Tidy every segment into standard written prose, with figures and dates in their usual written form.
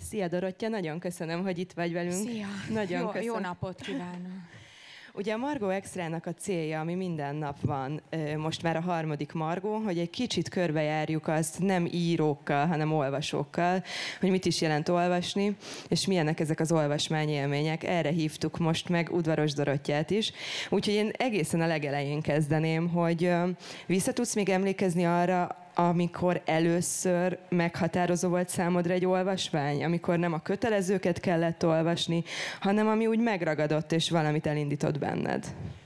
Szia Dorottya, nagyon köszönöm, hogy itt vagy velünk. Szia! Nagyon Jó napot kívánok! Ugye a Margó Extrának a célja, ami minden nap van, most már a 3. Margó, hogy egy kicsit körbejárjuk azt nem írókkal, hanem olvasókkal, hogy mit is jelent olvasni, és milyenek ezek az olvasmányélmények. Erre hívtuk most meg Udvaros Dorottyát is. Úgyhogy én egészen a legelején kezdeném, hogy vissza tudsz még emlékezni arra, amikor először meghatározó volt számodra egy olvasmány, amikor nem a kötelezőket kellett olvasni, hanem ami úgy megragadott és valamit elindított benned?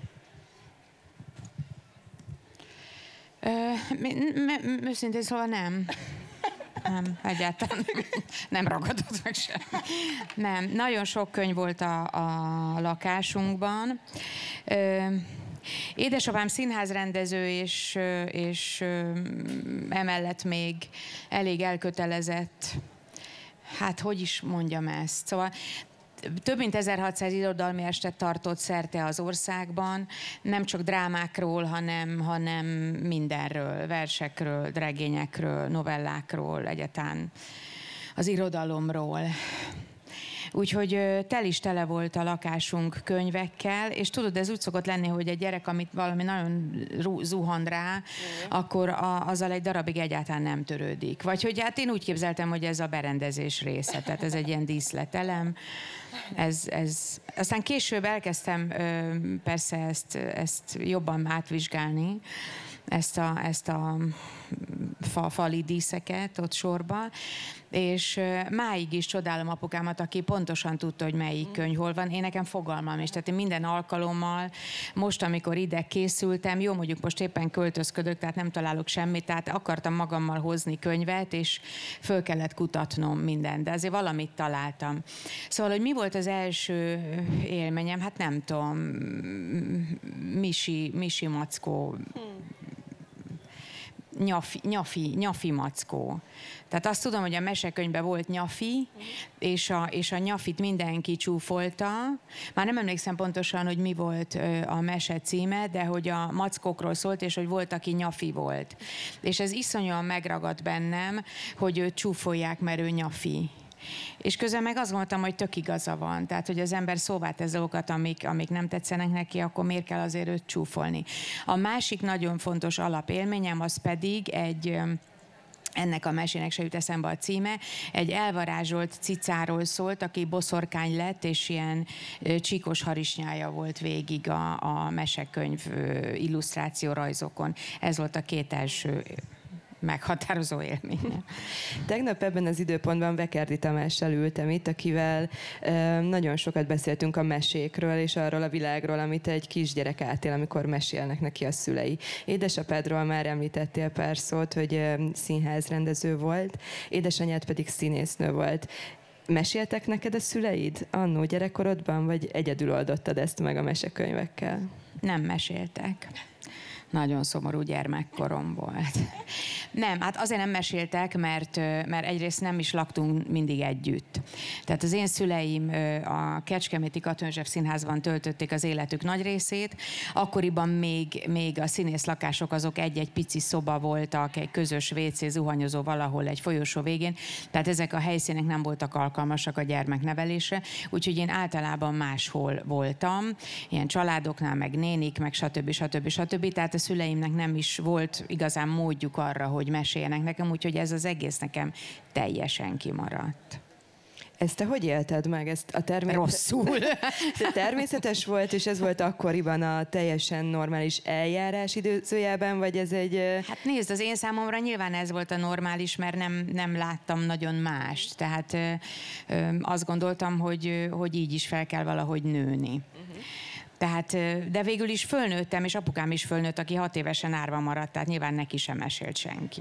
Őszintén szóval nem. Nem, egyáltalán nem ragadott meg semmi. Nem, nagyon sok könyv volt a lakásunkban. Édesapám színházrendező, és emellett még elég elkötelezett, hát hogy is mondjam ezt, szóval több mint 1600 irodalmi estet tartott szerte az országban, nem csak drámákról, hanem mindenről, versekről, regényekről, novellákról, egyáltalán az irodalomról. Úgyhogy tel is tele volt a lakásunk könyvekkel, és tudod, ez úgy szokott lenni, hogy egy gyerek, amit valami nagyon zuhan rá, akkor azzal egy darabig egyáltalán nem törődik. Vagy hogy hát én úgy képzeltem, hogy ez a berendezés része, tehát ez egy ilyen díszletelem. Aztán később elkezdtem persze ezt jobban átvizsgálni, ezt a fali díszeket ott sorba, és máig is csodálom apukámat, aki pontosan tudta, hogy melyik könyv hol van. Én nekem fogalmam is, tehát én minden alkalommal, most, amikor ide készültem, jó, mondjuk most éppen költözködök, tehát nem találok semmit, tehát akartam magammal hozni könyvet, és föl kellett kutatnom mindent, de azért valamit találtam. Szóval, hogy mi volt az első élményem, hát nem tudom, Misi Mackó, Nyafi Mackó. Tehát azt tudom, hogy a mesekönyvben volt Nyafi, és a Nyafit mindenki csúfolta. Már nem emlékszem pontosan, hogy mi volt a mese címe, de hogy a mackókról szólt, és hogy volt, aki Nyafi volt. És ez iszonyúan megragadt bennem, hogy őt csúfolják, mert ő Nyafi. És közben meg azt gondoltam, hogy tök igaza van. Tehát, hogy az ember szóvá tesz dolgokat, amik nem tetszenek neki, akkor miért kell azért őt csúfolni. A másik nagyon fontos alapélményem az pedig ennek a mesének se jut eszembe a címe, egy elvarázsolt cicáról szólt, aki boszorkány lett, és ilyen csíkos harisnyája volt végig a mesekönyv illusztráció rajzokon. Ez volt a 2 első meghatározó élmény. Tegnap ebben az időpontban Vekerdi Tamással ültem itt, akivel nagyon sokat beszéltünk a mesékről, és arról a világról, amit egy kisgyerek átél, amikor mesélnek neki a szülei. Édesapádról már említettél pár szót, hogy színházrendező volt, édesanyád pedig színésznő volt. Meséltek neked a szüleid annó gyerekkorodban, vagy egyedül oldottad ezt meg a mesekönyvekkel? Nem meséltek. Nagyon szomorú gyermekkorom volt. Nem, hát azért nem meséltek, mert egyrészt nem is laktunk mindig együtt. Tehát az én szüleim a Kecskeméti Katonai József Színházban töltötték az életük nagy részét. Akkoriban még a színészlakások azok egy-egy pici szoba voltak, egy közös WC, zuhanyozó valahol egy folyosó végén. Tehát ezek a helyszínek nem voltak alkalmasak a gyermeknevelésre, úgyhogy én általában máshol voltam, ilyen családoknál, meg nénik, meg stb. Tehát a szüleimnek nem is volt igazán módjuk arra, hogy meséljenek nekem, úgyhogy ez az egész nekem teljesen kimaradt. Ezt te hogy élted meg? Rosszul. Természetes volt, és ez volt akkoriban a teljesen normális eljárás időzőjelben, vagy ez egy... Hát nézd, az én számomra nyilván ez volt a normális, mert nem láttam nagyon mást. Tehát azt gondoltam, hogy így is fel kell valahogy nőni. Tehát, de végül is fölnőttem, és apukám is fölnőtt, aki 6 évesen árva maradt, tehát nyilván neki sem mesélt senki.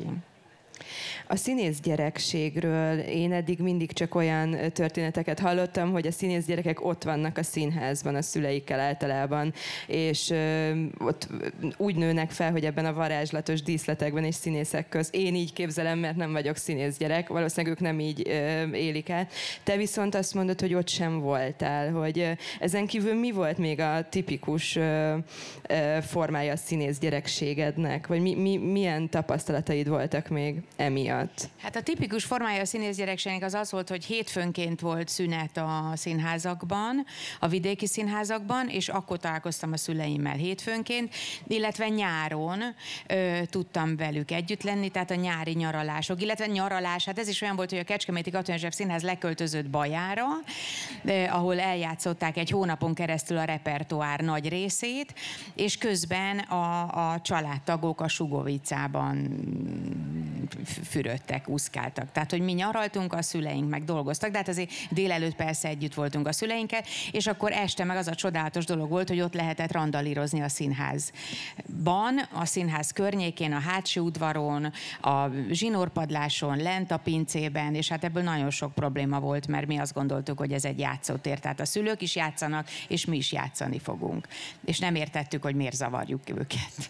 A színész gyerekségről én eddig mindig csak olyan történeteket hallottam, hogy a színész gyerekek ott vannak a színházban a szüleikkel általában, és ott úgy nőnek fel, hogy ebben a varázslatos díszletekben és színészek köz. Én így képzelem, mert nem vagyok színész gyerek, valószínűleg ők nem így élik át. Te viszont azt mondod, hogy ott sem voltál, hogy ezen kívül mi volt még a tipikus formája a színész gyerekségednek, vagy milyen tapasztalataid voltak még emiatt? Hát a tipikus formája a színészgyerekségnek az volt, hogy hétfőnként volt szünet a színházakban, a vidéki színházakban, és akkor találkoztam a szüleimmel hétfőnként, illetve nyáron tudtam velük együtt lenni, tehát a nyári nyaralások, illetve nyaralás, hát ez is olyan volt, hogy a Kecskeméti Katona József Színház leköltözött Bajára, ahol eljátszották egy hónapon keresztül a repertoár nagy részét, és közben a családtagok a Sugovicában fürödtek, úszkáltak. Tehát, hogy mi nyaraltunk, a szüleink meg dolgoztak, de hát azért délelőtt persze együtt voltunk a szüleinkkel, és akkor este meg az a csodálatos dolog volt, hogy ott lehetett randalírozni a színházban, a színház környékén, a hátsó udvaron, a zsinórpadláson, lent a pincében, és hát ebből nagyon sok probléma volt, mert mi azt gondoltuk, hogy ez egy játszótér, tehát a szülők is játszanak, és mi is játszani fogunk. És nem értettük, hogy miért zavarjuk őket.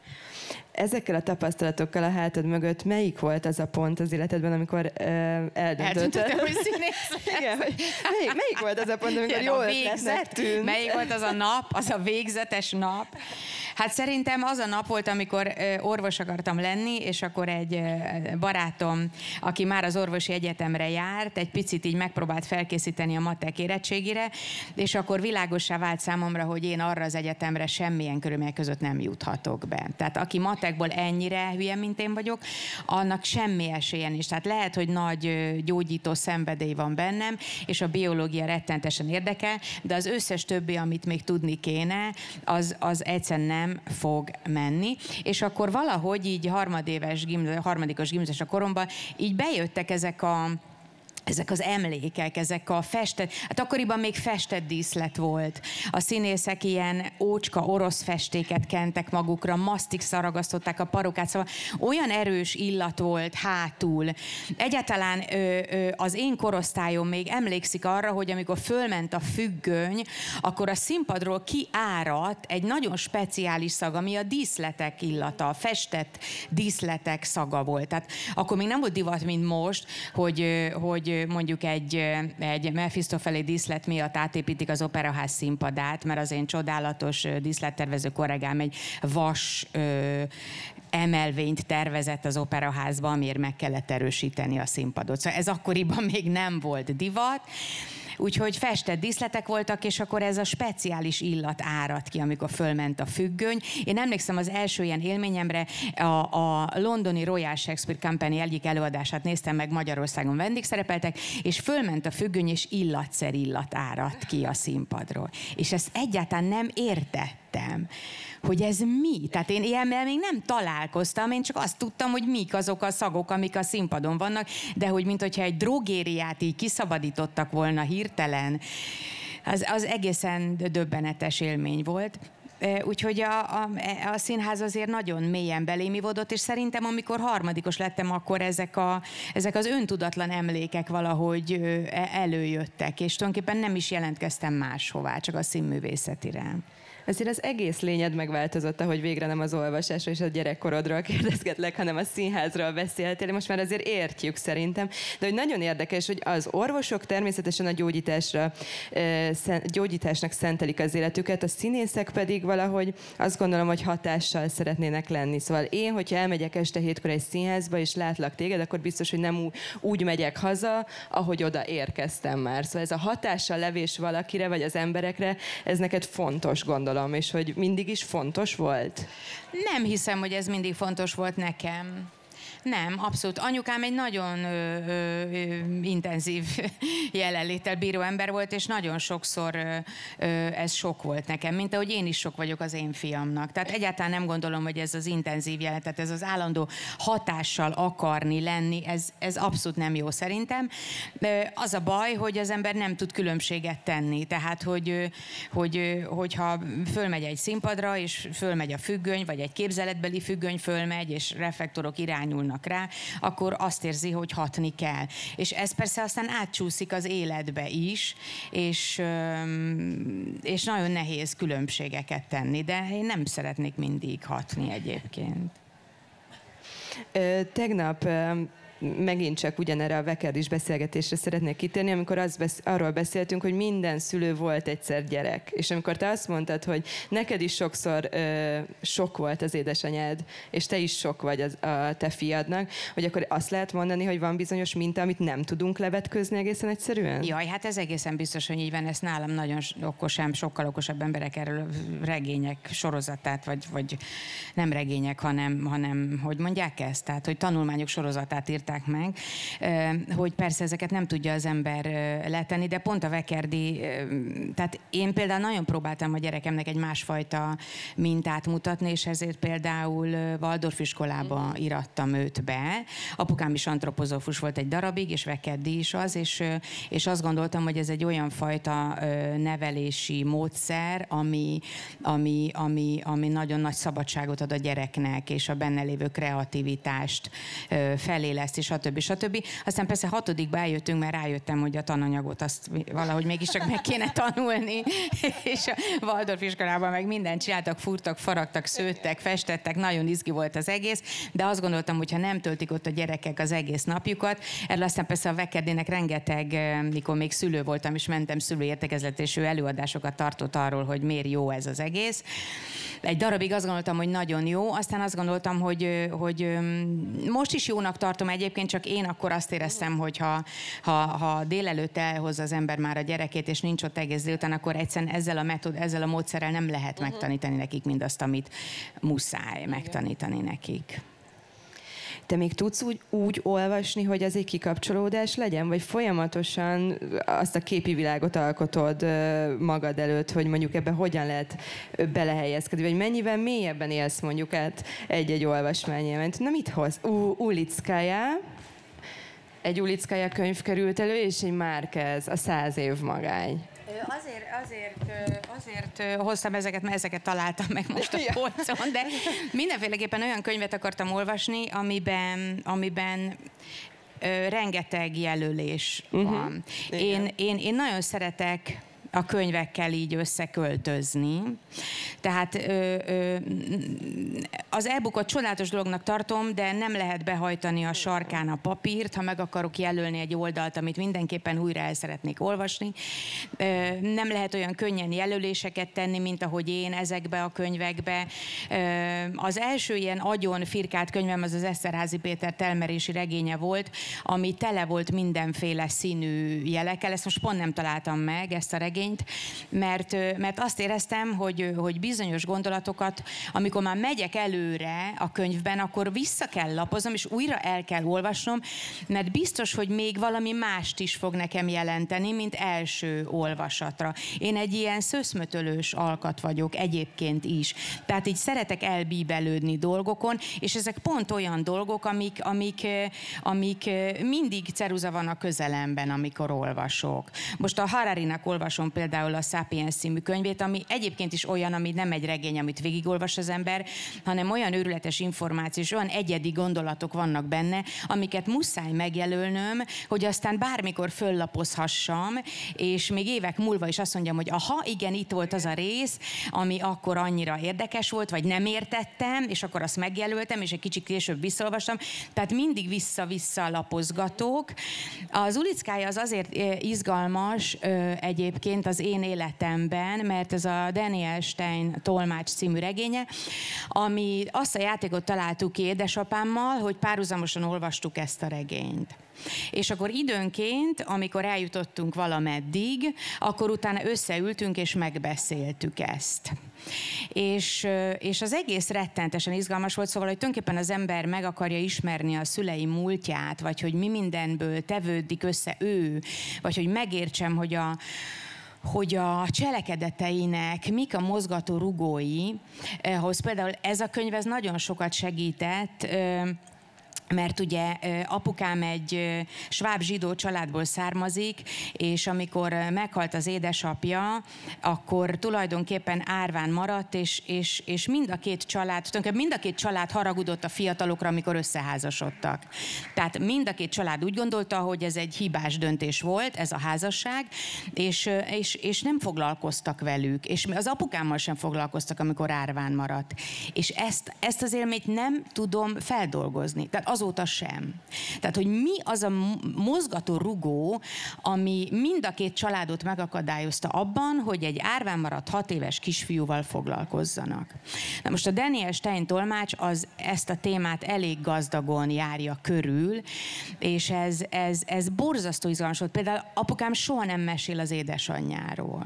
Ezekkel a tapasztalatokkal a hátad mögött melyik volt az a pont az életedben, amikor eldöntötted, hogy színész lesz? Igen, hogy melyik volt az a pont, amikor jól ötletnek tűnt? Melyik volt az a nap, az a végzetes nap? Hát szerintem az a nap volt, amikor orvos akartam lenni, és akkor egy barátom, aki már az orvosi egyetemre járt, egy picit így megpróbált felkészíteni a matek érettségire, és akkor világossá vált számomra, hogy én arra az egyetemre semmilyen körülmények között nem juthatok be. Tehát aki matekból ennyire hülye, mint én vagyok, annak semmi esélye nincs. Tehát lehet, hogy nagy gyógyító szenvedély van bennem, és a biológia rettentesen érdekel, de az összes többi, amit még tudni kéne, az egyszerűen nem fog menni. És akkor valahogy így harmadikos gimnazista koromban így bejöttek ezek az emlékek, ezek a festett, hát akkoriban még festett díszlet volt. A színészek ilyen ócska orosz festéket kentek magukra, masztixra ragasztották a parukát, szóval olyan erős illat volt hátul. Egyáltalán az én korosztályom még emlékszik arra, hogy amikor fölment a függöny, akkor a színpadról kiáradt egy nagyon speciális szag, ami a díszletek illata, a festett díszletek szaga volt. Tehát akkor még nem volt divat, mint most, hogy mondjuk egy Mephistopheles díszlet miatt átépítik az operaház színpadát, mert az én csodálatos díszlettervező kollégám egy vas emelvényt tervezett az operaházban, amiért meg kellett erősíteni a színpadot. Szóval ez akkoriban még nem volt divat, úgyhogy festett díszletek voltak, és akkor ez a speciális illat áradt ki, amikor fölment a függöny. Én emlékszem az első ilyen élményemre, a londoni Royal Shakespeare Company egyik előadását néztem meg, Magyarországon vendégszerepeltek, és fölment a függöny, és illatszer illat áradt ki a színpadról. És ezt egyáltalán nem értettem, hogy ez mi. Tehát én ilyennel még nem találkoztam, én csak azt tudtam, hogy mik azok a szagok, amik a színpadon vannak, de hogy minthogyha egy drogériát így kiszabadítottak volna hirtelen, az egészen döbbenetes élmény volt. Úgyhogy a színház azért nagyon mélyen belém ivódott, és szerintem amikor harmadikos lettem, akkor ezek az öntudatlan emlékek valahogy előjöttek, és tulajdonképpen nem is jelentkeztem máshová, csak a színművészetire. Azért az egész lényed megváltozott, ahogy végre nem az olvasásról és a gyerekkorodról kérdezgetlek, hanem a színházról beszéltél. Most már azért értjük szerintem. De hogy nagyon érdekes, hogy az orvosok természetesen a gyógyításnak szentelik az életüket, a színészek pedig valahogy azt gondolom, hogy hatással szeretnének lenni. Szóval én, hogyha elmegyek este 7-kor egy színházba, és látlak téged, akkor biztos, hogy nem úgy megyek haza, ahogy oda érkeztem már. Szóval ez a hatással levés valakire, vagy az emberekre, ez neked fontos, gondolom, és hogy mindig is fontos volt? Nem hiszem, hogy ez mindig fontos volt nekem. Nem, abszolút. Anyukám egy nagyon intenzív jelenléttel bíró ember volt, és nagyon sokszor ez sok volt nekem, mint ahogy én is sok vagyok az én fiamnak. Tehát egyáltalán nem gondolom, hogy ez az intenzív jelenet, tehát ez az állandó hatással akarni, lenni, ez abszolút nem jó szerintem. Az a baj, hogy az ember nem tud különbséget tenni. Tehát, hogyha fölmegy egy színpadra, és fölmegy a függöny, vagy egy képzeletbeli függöny fölmegy, és reflektorok irányulnak rá, akkor azt érzi, hogy hatni kell. És ez persze aztán átcsúszik az életbe is, és nagyon nehéz különbségeket tenni, de én nem szeretnék mindig hatni egyébként. Tegnap megint csak ugyanerre a vekerdis beszélgetésre szeretnék kitérni, amikor arról beszéltünk, hogy minden szülő volt egyszer gyerek. És amikor te azt mondtad, hogy neked is sokszor sok volt az édesanyád, és te is sok vagy a te fiadnak, hogy akkor azt lehet mondani, hogy van bizonyos minta, amit nem tudunk levetközni egészen egyszerűen? Jaj, hát ez egészen biztos, hogy így van, ezt nálam nagyon sokkal okosabb emberek erről regények sorozatát, vagy nem regények, hanem hogy mondják ezt, tehát hogy tanulmányok sorozatát írták meg, hogy persze ezeket nem tudja az ember letenni, de pont a Vekerdi, tehát én például nagyon próbáltam a gyerekemnek egy másfajta mintát mutatni, és ezért például Waldorf iskolába irattam őt be. Apukám is antropozófus volt egy darabig, és Vekerdi is az, és azt gondoltam, hogy ez egy olyan fajta nevelési módszer, ami nagyon nagy szabadságot ad a gyereknek, és a benne lévő kreativitást feléleszt, és stb. Aztán persze 6-ba eljöttünk, mert rájöttem, hogy a tananyagot azt valahogy mégiscsak meg kéne tanulni, és a Waldorf iskolában meg mindent csináltak, fúrtak, faragtak, szőttek, festettek, nagyon izgi volt az egész, de azt gondoltam, hogy ha nem töltik ott a gyerekek az egész napjukat, erről aztán persze a Vekerdinek rengeteg, mikor még szülő voltam, és mentem szülőértekezletre, és ő előadásokat tartott arról, hogy miért jó ez az egész. Egy darabig azt gondoltam, hogy nagyon jó, aztán azt gondoltam, hogy most is jónak tartom egyébként, csak én akkor azt éreztem, hogy ha délelőtt elhozza az ember már a gyerekét, és nincs ott egész délután, akkor egyszerűen ezzel a módszerrel nem lehet megtanítani nekik mindazt, amit muszáj megtanítani nekik. Te még tudsz úgy olvasni, hogy az egy kikapcsolódás legyen, vagy folyamatosan azt a képi világot alkotod magad előtt, hogy mondjuk ebben hogyan lehet belehelyezkedni, vagy mennyivel mélyebben élsz mondjuk át egy-egy olvasmányélményt. Na mit hoz? Ulickaja, egy Ulickaja könyv került elő, és egy Márquez, a 100 év magány. Azért hoztam ezeket, mert ezeket találtam meg most a polcon, de mindenféleképpen olyan könyvet akartam olvasni, amiben rengeteg jelölés van. Én nagyon szeretek a könyvekkel így összeköltözni. Tehát az e-bookot csodálatos dolognak tartom, de nem lehet behajtani a sarkán a papírt, ha meg akarok jelölni egy oldalt, amit mindenképpen újra el szeretnék olvasni. Nem lehet olyan könnyen jelöléseket tenni, mint ahogy én ezekbe a könyvekbe. Az első ilyen agyon firkált könyvem az Eszterházy Péter telmerési regénye volt, ami tele volt mindenféle színű jelekkel. Ezt most pont nem találtam meg, ezt a regényt, mert azt éreztem, hogy bizonyos gondolatokat, amikor már megyek előre a könyvben, akkor vissza kell lapoznom, és újra el kell olvasnom, mert biztos, hogy még valami mást is fog nekem jelenteni, mint első olvasatra. Én egy ilyen szőszmötölős alkat vagyok egyébként is. Tehát így szeretek elbíbelődni dolgokon, és ezek pont olyan dolgok, amik mindig ceruza van a közelemben, amikor olvasok. Most a Hararinak olvasom például a Sapiens című könyvét, ami egyébként is olyan, ami nem egy regény, amit végigolvas az ember, hanem olyan őrületes információ, és olyan egyedi gondolatok vannak benne, amiket muszáj megjelölnöm, hogy aztán bármikor föllapozhassam, és még évek múlva is azt mondjam, hogy aha, igen, itt volt az a rész, ami akkor annyira érdekes volt, vagy nem értettem, és akkor azt megjelöltem, és egy kicsit később visszaolvastam. Tehát mindig vissza-vissza lapozgatok. Az Ulickaja az azért izgalmas egyébként az én életemben, mert ez a Daniel Stein Tolmács című regénye, ami azt a játékot találtuk ki édesapámmal, hogy párhuzamosan olvastuk ezt a regényt. És akkor időnként, amikor eljutottunk valameddig, akkor utána összeültünk és megbeszéltük ezt. És az egész rettentesen izgalmas volt, szóval, hogy tulajdonképpen az ember meg akarja ismerni a szülei múltját, vagy hogy mi mindenből tevődik össze ő, vagy hogy megértsem, hogy a cselekedeteinek mik a mozgató rugói, ahhoz például ez a könyv ez nagyon sokat segített, mert ugye apukám egy sváb zsidó családból származik, és amikor meghalt az édesapja, akkor tulajdonképpen árván maradt, és mind a két család haragudott a fiatalokra, amikor összeházasodtak. Tehát mind a két család úgy gondolta, hogy ez egy hibás döntés volt, ez a házasság, és nem foglalkoztak velük, és az apukámmal sem foglalkoztak, amikor árván maradt. És ezt az élményt nem tudom feldolgozni. Tehát azóta sem. Tehát, hogy mi az a mozgató rugó, ami mind a két családot megakadályozta abban, hogy egy árván maradt 6 éves kisfiúval foglalkozzanak. Na most a Daniel Stein tolmács az ezt a témát elég gazdagon járja körül, és ez borzasztó izgalmas volt. Például apukám soha nem mesél az édesanyjáról.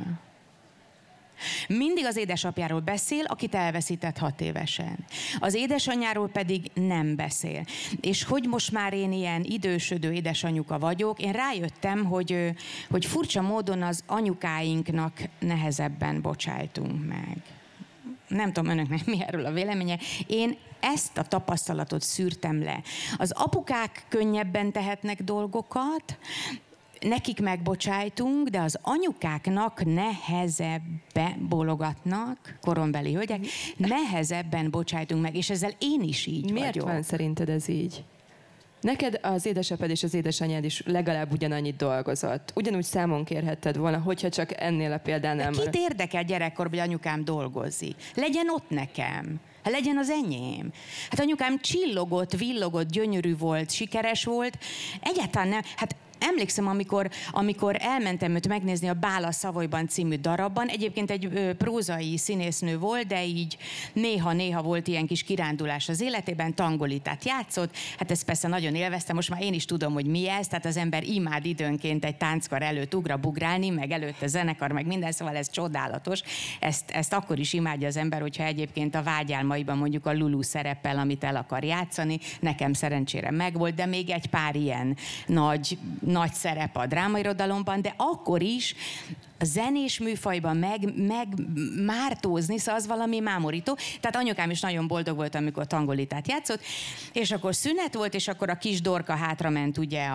Mindig az édesapjáról beszél, akit elveszített 6 évesen. Az édesanyjáról pedig nem beszél. És hogy most már én ilyen idősödő édesanyuka vagyok, én rájöttem, hogy furcsa módon az anyukáinknak nehezebben bocsájtunk meg. Nem tudom önöknek mi erről a véleménye. Én ezt a tapasztalatot szűrtem le. Az apukák könnyebben tehetnek dolgokat, nekik megbocsájtunk, de az anyukáknak nehezebben bólogatnak, korombeli hölgyek, nehezebben bocsájtunk meg, és ezzel én is így vagyok. Miért van szerinted ez így? Neked az édesapád és az édesanyád is legalább ugyanannyit dolgozott. Ugyanúgy számon kérhetted volna, hogyha csak ennél a példánál marad. Kit érdekel gyerekkorban, hogy anyukám dolgozik? Legyen ott nekem. Hát legyen az enyém. Hát anyukám csillogott, villogott, gyönyörű volt, sikeres volt. Egyáltalán nem. Hát emlékszem, amikor elmentem őt megnézni a Bál a Szavolyban című darabban, egyébként egy prózai színésznő volt, de így néha-néha volt ilyen kis kirándulás az életében, tangolitát játszott, hát ezt persze nagyon élveztem, most már én is tudom, hogy mi ez, tehát az ember imád időnként egy tánckar előtt ugrabugrálni, meg előtte zenekar, meg minden, szóval ez csodálatos. Ezt akkor is imádja az ember, hogyha egyébként a vágyálmaiban mondjuk a Lulu szerepel, amit el akar játszani, nekem szerencsére megvolt, de még egy pár ilyen nagy szerep a drámairodalomban, de akkor is a zenés műfajban megmártózni, szóval az valami mámorító. Tehát anyukám is nagyon boldog volt, amikor tangolitát játszott, és akkor szünet volt, és akkor a kis Dorka hátrament ugye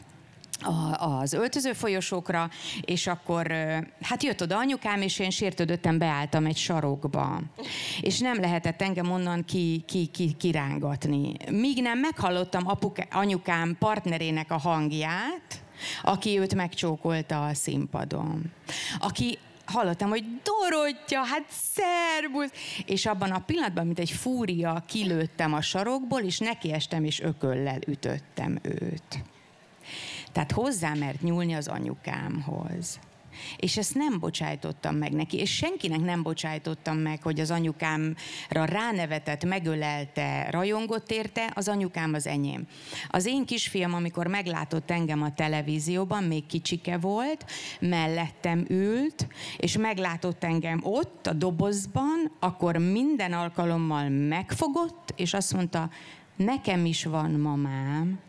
az öltöző folyosókra, és akkor hát jött oda anyukám, és én sértődötten beálltam egy sarokba. És nem lehetett engem onnan kirángatni. Míg nem meghallottam anyukám partnerének a hangját, aki őt megcsókolta a színpadon. Aki hallottam, hogy Dorottya, hát szervusz! És abban a pillanatban, mint egy fúria, kilőttem a sarokból, és nekiestem, és ököllel ütöttem őt. Tehát hozzá mert nyúlni az anyukámhoz. És ezt nem bocsájtottam meg neki, és senkinek nem bocsájtottam meg, hogy az anyukámra ránevetett, megölelte, rajongott érte, az anyukám az enyém. Az én kisfiam, amikor meglátott engem a televízióban, még kicsike volt, mellettem ült, és meglátott engem ott, a dobozban, akkor minden alkalommal megfogott, és azt mondta, nekem is van mamám.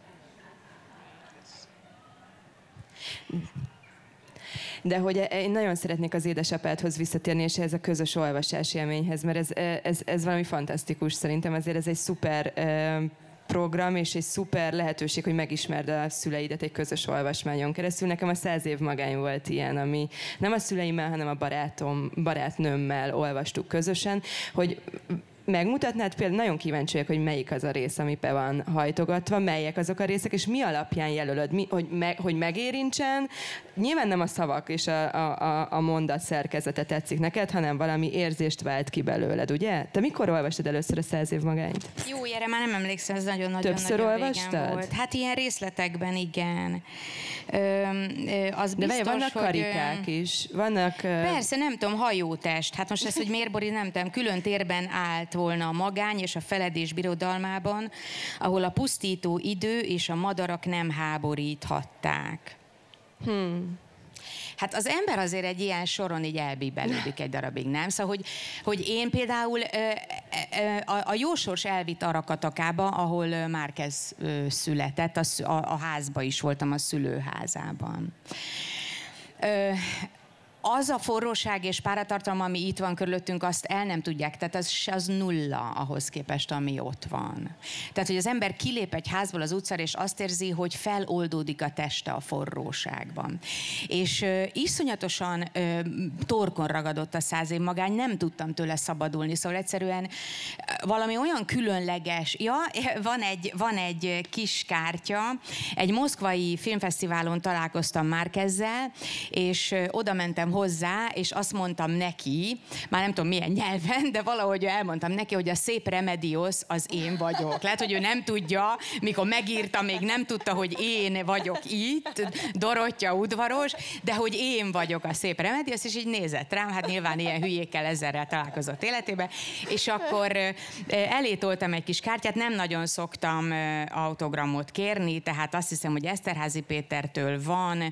De hogy én nagyon szeretnék az édesapádhoz visszatérni, és ehhez a közös olvasás élményhez, mert ez valami fantasztikus. Szerintem azért ez egy szuper program, és egy szuper lehetőség, hogy megismerd a szüleidet egy közös olvasmányon keresztül. Nekem a 100 év magány volt ilyen, ami nem a szüleimmel, hanem a barátnőmmel olvastuk közösen, hogy megmutatnád például, nagyon kíváncsi vagyok, hogy melyik az a rész, ami be van hajtogatva, melyek azok a részek, és mi alapján jelölöd, hogy megérintsen. Nyilván nem a szavak és a mondat szerkezete tetszik neked, hanem valami érzést vált ki belőled, ugye? Te mikor olvastad először a 100 év magányt? Jó, erre már nem emlékszem, ez nagyon-nagyon Többször olvastad? Volt. Hát ilyen részletekben, igen. Az de biztos, vannak karikák is. Vannak... Persze, nem tudom, hajótest. Hát most ezt, hogy miért Bori, nem tudom, külön térben állt volna a magány és a feledés birodalmában, ahol a pusztító idő és a madarak nem háboríthatták. Hát az ember azért egy ilyen soron így elbíbelődik egy darabig, nem? Szóval, hogy én például a Jósors elvitt Arakatakába, ahol Márquez született, a házba is voltam, a szülőházában. Az a forróság és páratartalom, ami itt van körülöttünk, azt el nem tudják, tehát az nulla ahhoz képest, ami ott van. Tehát, hogy az ember kilép egy házból az utcára, és azt érzi, hogy feloldódik a teste a forróságban. És iszonyatosan torkon ragadott a 100 év magány, nem tudtam tőle szabadulni, szóval egyszerűen valami olyan különleges, van egy kis kártya, egy moszkvai filmfesztiválon találkoztam Márquezzel, és oda mentem mentem hozzá, és azt mondtam neki, már nem tudom milyen nyelven, de valahogy elmondtam neki, hogy a szép Remedios az én vagyok. Lehet, hogy ő nem tudja, mikor megírta, még nem tudta, hogy én vagyok itt, Dorottya udvaros, de hogy én vagyok a szép Remedios, és így nézett rám, hát nyilván ilyen hülyékkel ezerrel találkozott életében, és akkor elé toltam egy kis kártyát, nem nagyon szoktam autogramot kérni, tehát azt hiszem, hogy Eszterházy Pétertől van,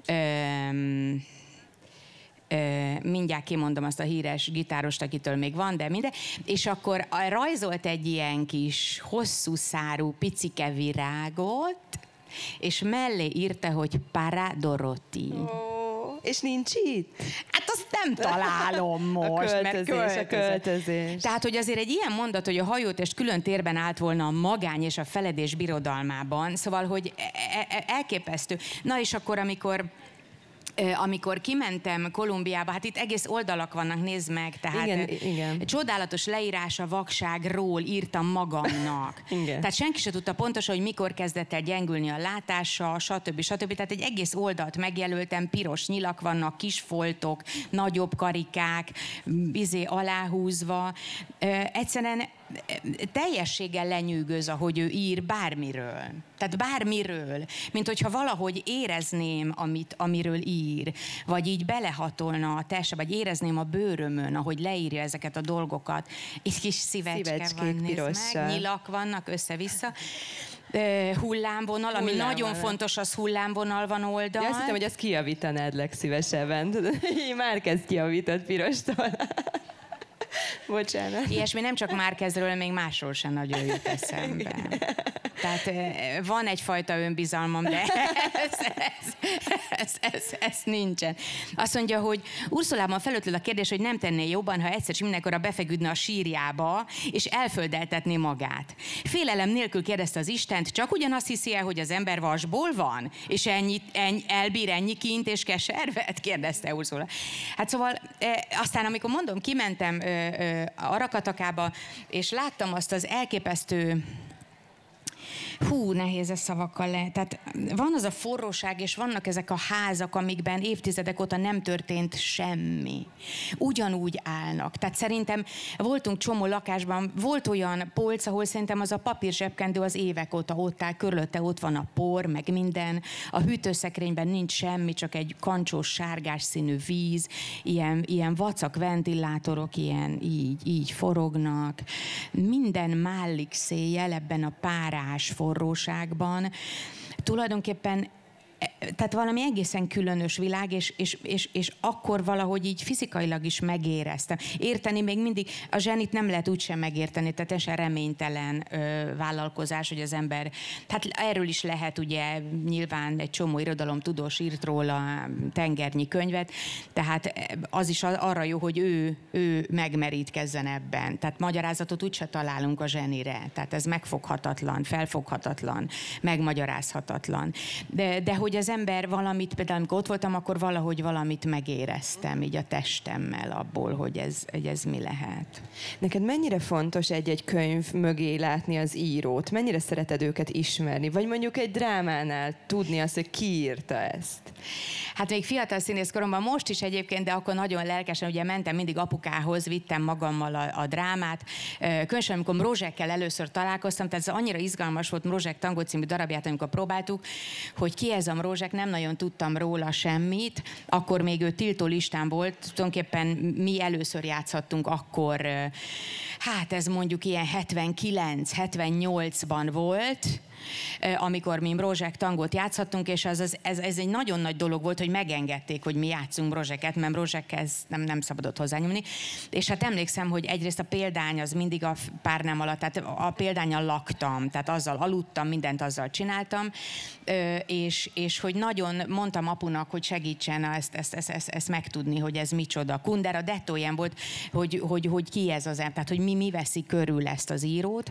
mindjárt kimondom azt a híres gitárost, akitől még van, de minden. És akkor rajzolt egy ilyen kis hosszú szárú picike virágot, és mellé írta, hogy Para Dorotti. És nincs itt? Hát azt nem találom most, A költözés. Tehát, hogy azért egy ilyen mondat, hogy a hajótest külön térben állt volna a magány és a feledés birodalmában, szóval, hogy elképesztő. Na és akkor, amikor kimentem Kolumbiába, hát itt egész oldalak vannak, nézd meg, tehát igen. Csodálatos leírás a vakságról írtam magamnak. Igen. Tehát senki se tudta pontosan, hogy mikor kezdett el gyengülni a látása, stb. Tehát egy egész oldalt megjelöltem, piros nyilak vannak, kis foltok, nagyobb karikák, aláhúzva. Egyszerűen teljességgel lenyűgöz, ahogy ő ír bármiről. Tehát bármiről. Mint hogyha valahogy érezném, amiről ír, vagy így belehatolna a testbe, vagy érezném a bőrömön, ahogy leírja ezeket a dolgokat. Itt kis szívecske van, nézd meg, nyilak vannak össze-vissza. Hullámvonal, ami nagyon fontos, az hullámvonal van oldal. Ja, azt hittem, hogy ezt kijavítanád legszívesebben. Már kezd kijavított pirostól. Bocsánat. Ilyesmi nem csak Márquezről, még másról sem nagyon jut eszembe. Tehát van egyfajta önbizalmam, de ez nincsen. Azt mondja, hogy Ursulában felötlöd a kérdés, hogy nem tenné jobban, ha egyszer mindenkorra befeküdne a sírjába, és elföldeltetné magát. Félelem nélkül kérdezte az Istent, csak ugyanazt hiszi el, hogy az ember vasból van, és elbír ennyi kint és keservet? Kérdezte Ursula. Hát szóval, aztán amikor mondom, kimentem Arakatakába, és láttam azt az elképesztő nehéz ez szavakkal le. Tehát van az a forróság, és vannak ezek a házak, amikben évtizedek óta nem történt semmi. Ugyanúgy állnak. Tehát szerintem voltunk csomó lakásban, volt olyan polc, ahol szerintem az a papír zsebkendő az évek óta ott áll, körülötte ott van a por, meg minden. A hűtőszekrényben nincs semmi, csak egy kancsós, sárgás színű víz, ilyen vacak ventilátorok, ilyen így forognak. Minden mállik széjjel ebben a párás forróságban. Tulajdonképpen tehát valami egészen különös világ, és akkor valahogy így fizikailag is megéreztem. Érteni még mindig, a zsenit nem lehet úgysem megérteni, tehát teljesen reménytelen vállalkozás, hogy az ember, tehát erről is lehet ugye nyilván egy csomó irodalomtudós írt róla tengernyi könyvet, tehát az is arra jó, hogy ő megmerítkezzen ebben. Tehát magyarázatot úgyse találunk a zsenire, tehát ez megfoghatatlan, felfoghatatlan, megmagyarázhatatlan. De hogy az ember valamit, például amikor ott voltam, akkor valahogy valamit megéreztem így a testemmel abból, hogy ez mi lehet. Neked mennyire fontos egy-egy könyv mögé látni az írót? Mennyire szereted őket ismerni? Vagy mondjuk egy drámánál tudni azt, hogy ki írta ezt? Hát még fiatal színész koromban, most is egyébként, de akkor nagyon lelkesen, ugye mentem mindig apukához, vittem magammal a drámát. Különösen, amikor Mrózsekkel először találkoztam, tehát ez annyira izgalmas volt Mrózsek Tangó című darabját, amikor próbáltuk, hogy ki ez a Mrózsek, nem nagyon tudtam róla semmit. Akkor még ő tiltó listán volt, tulajdonképpen mi először játszhattunk akkor, hát ez mondjuk ilyen 79-78-ban volt, amikor mi Mrózsek tangót játszhattunk, és ez egy nagyon nagy dolog volt, hogy megengedték, hogy mi játszunk Mrózseket, mert Mrózsekhez nem szabadott hozzányúlni. És hát emlékszem, hogy egyrészt a példány az mindig a párnám alatt, tehát a példánnyal laktam, tehát azzal aludtam, mindent azzal csináltam, és hogy nagyon mondtam apunak, hogy segítsen ezt megtudni, hogy ez micsoda. Kundera Detto ilyen volt, hogy ki ez az ember, tehát hogy mi veszi körül ezt az írót.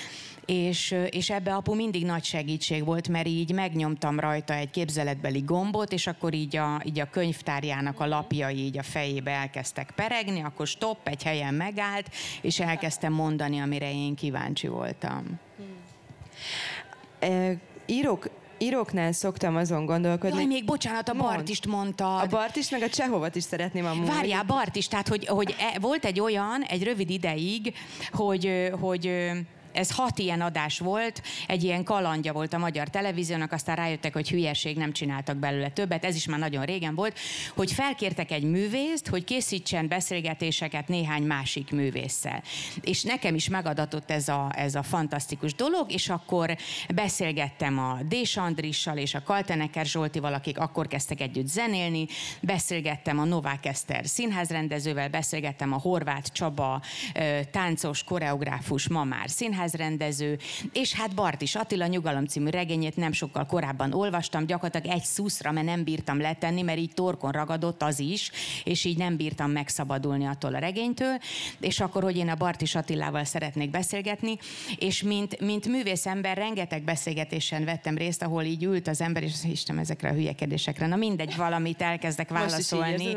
És ebbe apu mindig nagy segítség volt, mert így megnyomtam rajta egy képzeletbeli gombot, és akkor így a könyvtárjának a lapjai így a fejébe elkezdtek peregni, akkor stopp, egy helyen megállt, és elkezdtem mondani, amire én kíváncsi voltam. Írók íróknál szoktam azon gondolkodni... Jaj, még bocsánat, a Bartist mondtad. A Bartist meg a Csehovat is szeretném amúgy. Várjál, Bartist, tehát hogy volt egy rövid ideig, hogy ez 6 ilyen adás volt, egy ilyen kalandja volt a Magyar Televíziónak, aztán rájöttek, hogy hülyeség, nem csináltak belőle többet, ez is már nagyon régen volt, hogy felkértek egy művészt, hogy készítsen beszélgetéseket néhány másik művésszel. És nekem is megadatott ez a fantasztikus dolog, és akkor beszélgettem a Dés Andrissal és a Kaltenecker Zsoltival, akik akkor kezdtek együtt zenélni, beszélgettem a Novák Eszter színházrendezővel, beszélgettem a Horváth Csaba táncos, koreográfus, ma már színházrendező, és hát Bartis Attila Nyugalom című regényét nem sokkal korábban olvastam, gyakorlatilag egy szuszra, mert nem bírtam letenni, mert így torkon ragadott az is, és így nem bírtam megszabadulni attól a regénytől, és akkor, hogy én a Bartis Attilával szeretnék beszélgetni, és mint művészember rengeteg beszélgetésen vettem részt, ahol így ült az ember, és Istenem, ezekre a hülye kérdésekre, na mindegy, valamit elkezdek válaszolni.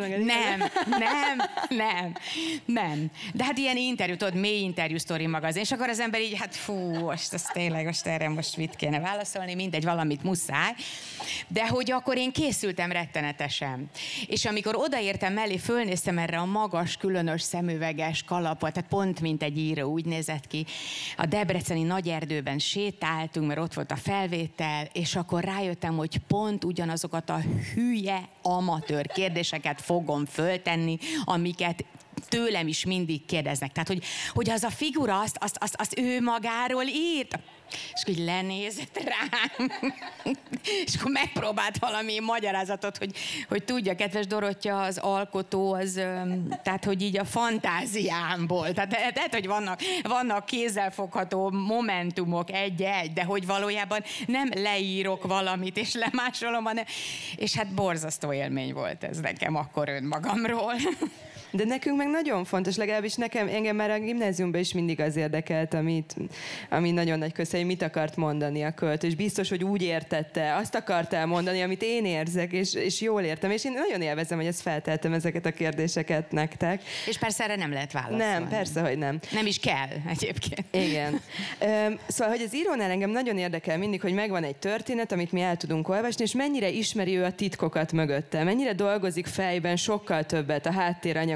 Nem. De hát ilyen interjú, tudod, mély interjú sztori magazin, és akkor az ember így, hát fú, most ez tényleg, most erre most mit kéne válaszolni, mindegy, valamit muszáj. De hogy akkor én készültem rettenetesen. És amikor odaértem mellé, fölnéztem erre a magas, különös szemüveges kalapot, tehát pont mint egy író, úgy nézett ki. A debreceni Nagyerdőben sétáltunk, mert ott volt a felvétel, és akkor rájöttem, hogy pont ugyanazokat a hülye, amatőr kérdéseket fogom föltenni, amiket tőlem is mindig kérdeznek. Tehát, hogy az a figura, azt ő magáról írt. És akkor így lenézett rám. És akkor megpróbált valami magyarázatot, hogy tudja, kedves Dorottya, az alkotó, tehát, hogy így a fantáziámból. Tehát, hogy vannak kézzelfogható momentumok egy-egy, de hogy valójában nem leírok valamit, és lemásolom, hanem... És hát borzasztó élmény volt ez nekem akkor önmagamról. De nekünk meg nagyon fontos, legalábbis engem már a gimnáziumban is mindig az érdekelt, ami nagyon nagy köszönjű, mit akart mondani a költő, és biztos, hogy úgy értette, azt akart elmondani, amit én érzek, és jól értem, és én nagyon élvezem, hogy ezt felteltem ezeket a kérdéseket nektek. És persze erre nem lehet válaszolni. Nem, persze, hogy nem. Nem is kell egyébként. Igen. Szóval, hogy az írónál engem nagyon érdekel mindig, hogy megvan egy történet, amit mi el tudunk olvasni, és mennyire ismeri ő a titkokat mögötte, mennyire dolgozik fejben sokkal többet a háttéranyagokat,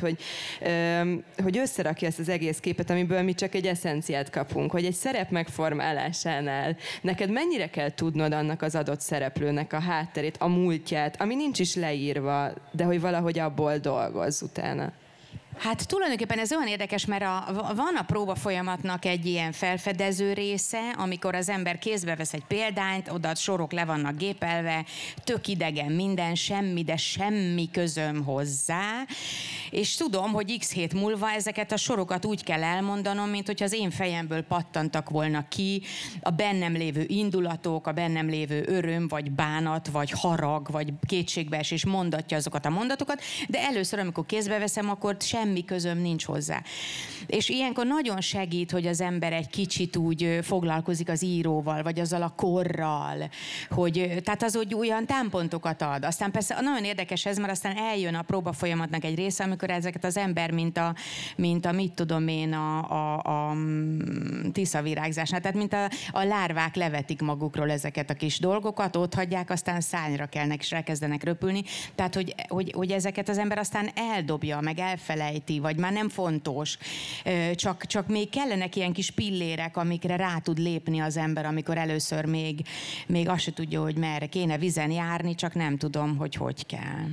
hogy összerakja ezt az egész képet, amiből mi csak egy eszenciát kapunk, hogy egy szerep megformálásánál neked mennyire kell tudnod annak az adott szereplőnek a hátterét, a múltját, ami nincs is leírva, de hogy valahogy abból dolgozz utána. Hát tulajdonképpen ez olyan érdekes, mert van a próba folyamatnak egy ilyen felfedező része, amikor az ember kézbe vesz egy példányt, oda sorok le vannak gépelve, tök idegen minden, de semmi közöm hozzá, és tudom, hogy x hét múlva ezeket a sorokat úgy kell elmondanom, mint hogyha az én fejemből pattantak volna ki a bennem lévő indulatok, a bennem lévő öröm, vagy bánat, vagy harag, vagy kétségbeesés mondatja azokat a mondatokat, de először, amikor kézbe veszem, akkor semmi közöm nincs hozzá. És ilyenkor nagyon segít, hogy az ember egy kicsit úgy foglalkozik az íróval, vagy azzal a korral, tehát az úgy olyan támpontokat ad. Aztán persze nagyon érdekes ez, mert aztán eljön a próba folyamatnak egy része, amikor ezeket az ember, mint a mit tudom én, a tiszavirágzásnál, tehát mint a lárvák levetik magukról ezeket a kis dolgokat, ott hagyják, aztán szárnyra kelnek és elkezdenek röpülni. Tehát, hogy ezeket az ember aztán eldobja, meg elfelejti, vagy már nem fontos. Csak még kellenek ilyen kis pillérek, amikre rá tud lépni az ember, amikor először még azt se tudja, hogy merre kéne vizen járni, csak nem tudom, hogy kell.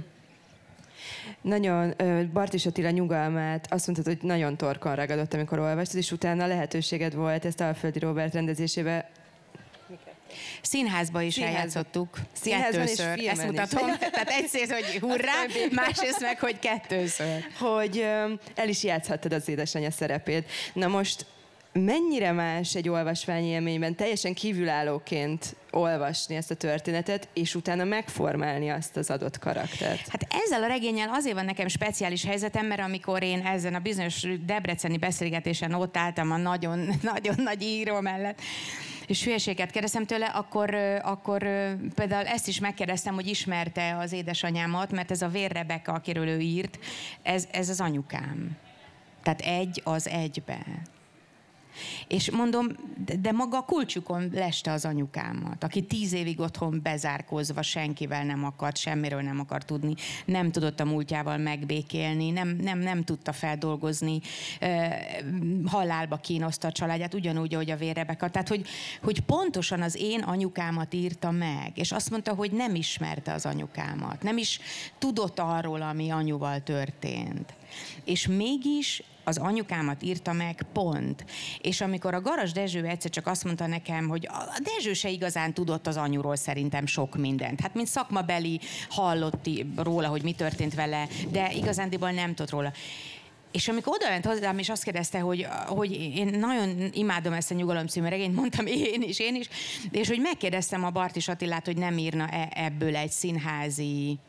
Nagyon, Bartis Attila Nyugalmát azt mondtad, hogy nagyon torkon ragadott, amikor olvastad, és utána lehetőséged volt ezt Alföldi Róbert rendezésébe. Színházba is eljátszottuk. Színházban kettőször. És ezt mutatom. Tehát egyszer, hogy hurrá, másrészt meg, hogy kettőször. Hogy el is játszhattad az édesanyja szerepét. Na most mennyire más egy olvasmányélményben teljesen kívülállóként olvasni ezt a történetet, és utána megformálni azt az adott karaktert? Hát ezzel a regénnyel azért van nekem speciális helyzetem, mert amikor én ezen a bizonyos debreceni beszélgetésen ott álltam a nagyon, nagyon nagy író mellett, és hülyeséget kérdeztem tőle, akkor például ezt is megkérdeztem, hogy ismerte az édesanyámat, mert ez a Vér Rebeka, akiről ő írt, ez az anyukám. Tehát egy az egybe. És mondom, de maga a kulcsukon leste az anyukámat, aki 10 évig otthon bezárkózva senkivel nem akart, semmiről nem akart tudni, nem tudott a múltjával megbékélni, nem tudta feldolgozni, halálba kínoszta a családját, ugyanúgy, ahogy a Vérrebeka. Tehát, hogy pontosan az én anyukámat írta meg, és azt mondta, hogy nem ismerte az anyukámat, nem is tudott arról, ami anyuval történt. És mégis az anyukámat írta meg, pont. És amikor a Garas Dezső egyszer csak azt mondta nekem, hogy a Dezső se igazán tudott az anyuról szerintem sok mindent. Hát mint szakmabeli hallott róla, hogy mi történt vele, de igazándiból nem tudott róla. És amikor odament hozzám, és azt kérdezte, hogy én nagyon imádom ezt a Nyugalom című regényt, mondtam én is, és hogy megkérdeztem a Bartis Attilát, hogy nem írna ebből egy színházi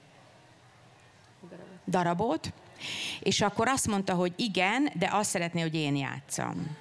darabot, és akkor azt mondta, hogy igen, de azt szeretné, hogy én játsszam.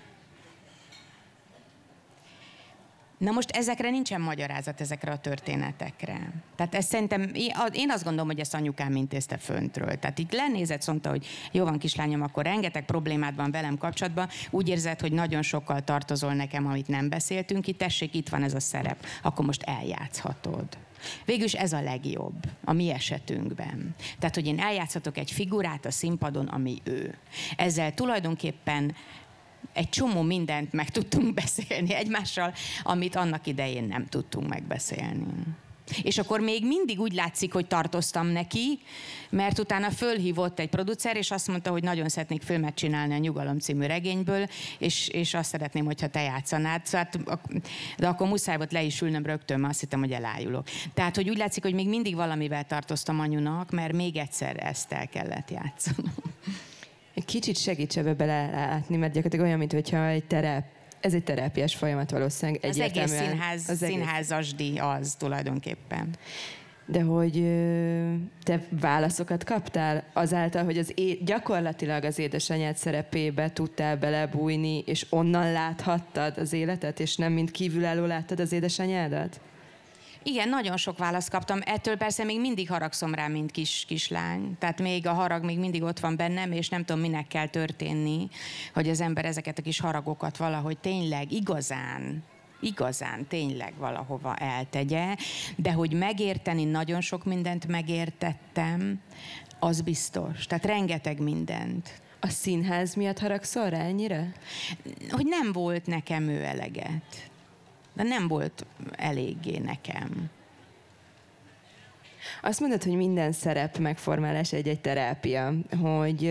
Na most ezekre nincsen magyarázat, ezekre a történetekre. Tehát ezt szerintem, én azt gondolom, hogy ezt anyukám intézte föntről. Tehát itt lenézett, mondta, hogy jó van kislányom, akkor rengeteg problémád van velem kapcsolatban, úgy érzed, hogy nagyon sokkal tartozol nekem, amit nem beszéltünk, tessék, itt van ez a szerep, akkor most eljátszhatod. Végülis ez a legjobb a mi esetünkben. Tehát, hogy én eljátszhatok egy figurát a színpadon, ami ő. Ezzel tulajdonképpen egy csomó mindent meg tudtunk beszélni egymással, amit annak idején nem tudtunk megbeszélni. És akkor még mindig úgy látszik, hogy tartoztam neki, mert utána fölhívott egy producer, és azt mondta, hogy nagyon szeretnék filmet csinálni a Nyugalom című regényből, és azt szeretném, hogyha te játszanád. Szóval, de akkor muszáj volt le is ülnöm rögtön, mert azt hittem, hogy elájulok. Tehát, hogy úgy látszik, hogy még mindig valamivel tartoztam anyunak, mert még egyszer ezt el kellett játszanom. Egy kicsit segíts ebbe belelátni, mert gyakorlatilag olyan, mintha ez egy terápiás folyamat valószínűleg. Az egész színházasdi az tulajdonképpen. De hogy te válaszokat kaptál azáltal, hogy gyakorlatilag az édesanyád szerepébe tudtál belebújni, és onnan láthattad az életet, és nem mint kívülálló láttad az édesanyádat? Igen, nagyon sok választ kaptam. Ettől persze még mindig haragszom rá, mint kislány. Tehát még a harag még mindig ott van bennem, és nem tudom, minek kell történni, hogy az ember ezeket a kis haragokat valahogy tényleg igazán tényleg valahova eltegye, de hogy megérteni, nagyon sok mindent megértettem, az biztos. Tehát rengeteg mindent. A színház miatt haragszol rá ennyire? Hogy nem volt nekem ő eleget. De nem volt eléggé nekem. Azt mondod, hogy minden szerep megformálás egy terápia, hogy